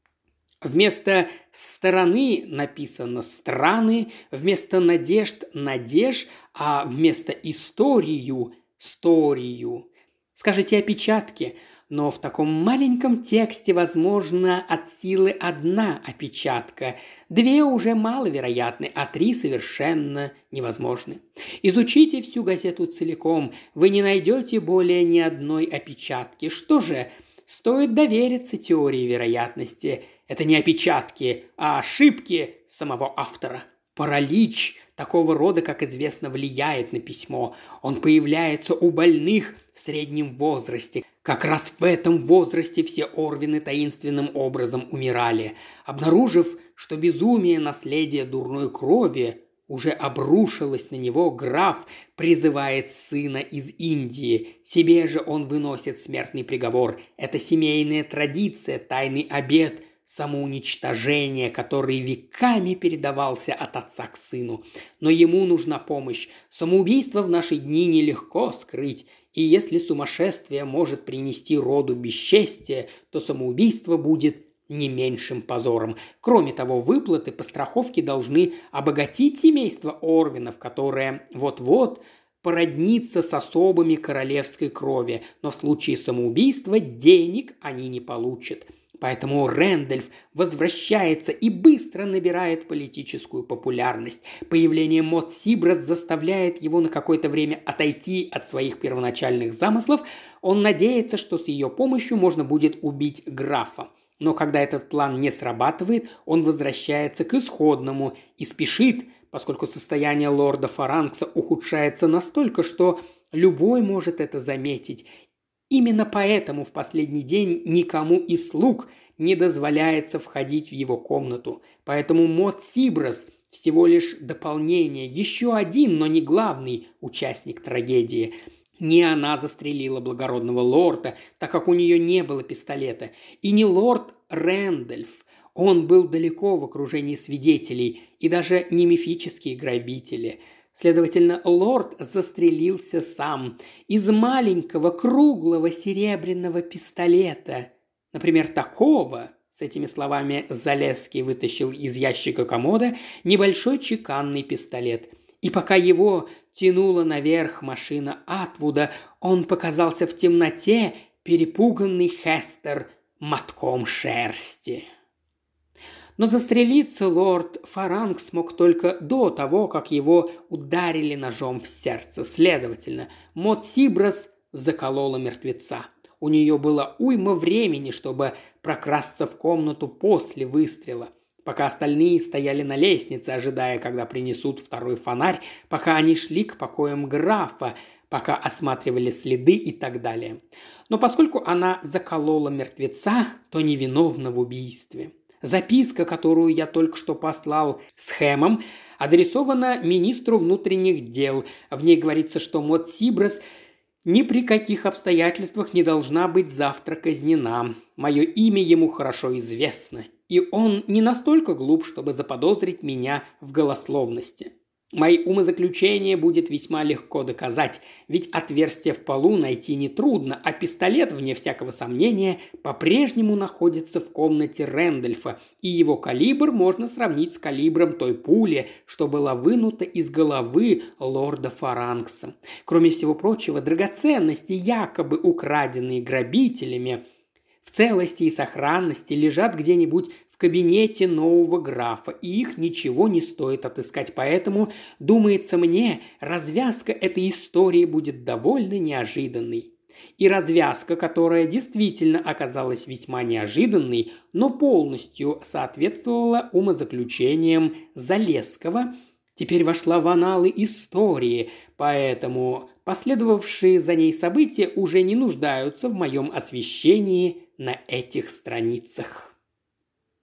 Вместо «стороны» написано «страны», вместо «надежд» – «надежд», а вместо «историю» – «сторию». Скажите опечатки, но в таком маленьком тексте, возможно, от силы 1 опечатка. 2 уже маловероятны, а 3 совершенно невозможны. Изучите всю газету целиком, вы не найдете более ни одной опечатки. Что же, стоит довериться теории вероятности. Это не опечатки, а ошибки самого автора. Паралич такого рода, как известно, влияет на письмо. Он появляется у больных в среднем возрасте. Как раз в этом возрасте все Орвины таинственным образом умирали. Обнаружив, что безумие наследия дурной крови уже обрушилось на него, граф призывает сына из Индии. Себе же он выносит смертный приговор. Это семейная традиция, тайный обет – самоуничтожение, который веками передавался от отца к сыну. Но ему нужна помощь. Самоубийство в наши дни нелегко скрыть, и если сумасшествие может принести роду бесчестие, то самоубийство будет не меньшим позором. Кроме того, выплаты по страховке должны обогатить семейство Орвинов, которое вот-вот породниться с особами королевской крови, но в случае самоубийства денег они не получат. Поэтому Рэндольф возвращается и быстро набирает политическую популярность. Появление Мод Сибрас заставляет его на какое-то время отойти от своих первоначальных замыслов. Он надеется, что с ее помощью можно будет убить графа. Но когда этот план не срабатывает, он возвращается к исходному и спешит, поскольку состояние лорда Фаранкса ухудшается настолько, что любой может это заметить. Именно поэтому в последний день никому из слуг не дозволяется входить в его комнату. Поэтому Мод Сибрас всего лишь дополнение, еще один, но не главный участник трагедии. Не она застрелила благородного лорда, так как у нее не было пистолета. И не лорд Рэндольф. Он был далеко в окружении свидетелей, и даже не мифические грабители. Следовательно, лорд застрелился сам из маленького круглого серебряного пистолета. Например, такого, С этими словами Залесский вытащил из ящика комода небольшой чеканный пистолет. И пока его тянула наверх машина Атвуда, он показался в темноте перепуганный Хестер мотком шерсти. Но застрелиться лорд Фаранг смог только до того, как его ударили ножом в сердце. Следовательно, Мот Сибрас заколола мертвеца. У нее было уйма времени, чтобы прокрасться в комнату после выстрела. Пока остальные стояли на лестнице, ожидая, когда принесут второй фонарь, пока они шли к покоям графа, пока осматривали следы и так далее. Но поскольку она заколола мертвеца, то невиновна в убийстве. Записка, которую я только что послал с Хэмом, адресована министру внутренних дел. В ней говорится, что Мот Сибрас ни при каких обстоятельствах не должна быть завтра казнена. Мое имя ему хорошо известно, и он не настолько глуп, чтобы заподозрить меня в голословности. Мои умозаключения будет весьма легко доказать, ведь отверстие в полу найти нетрудно, а пистолет, вне всякого сомнения, по-прежнему находится в комнате Рэндольфа, и его калибр можно сравнить с калибром той пули, что была вынута из головы лорда Фарангса. Кроме всего прочего, драгоценности, якобы украденные грабителями, в целости и сохранности лежат где-нибудь в кабинете нового графа, и их ничего не стоит отыскать. Поэтому, думается мне, развязка этой истории будет довольно неожиданной. И развязка, которая действительно оказалась весьма неожиданной, но полностью соответствовала умозаключениям Залесского, теперь вошла в анналы истории, поэтому последовавшие за ней события уже не нуждаются в моем освещении на этих страницах.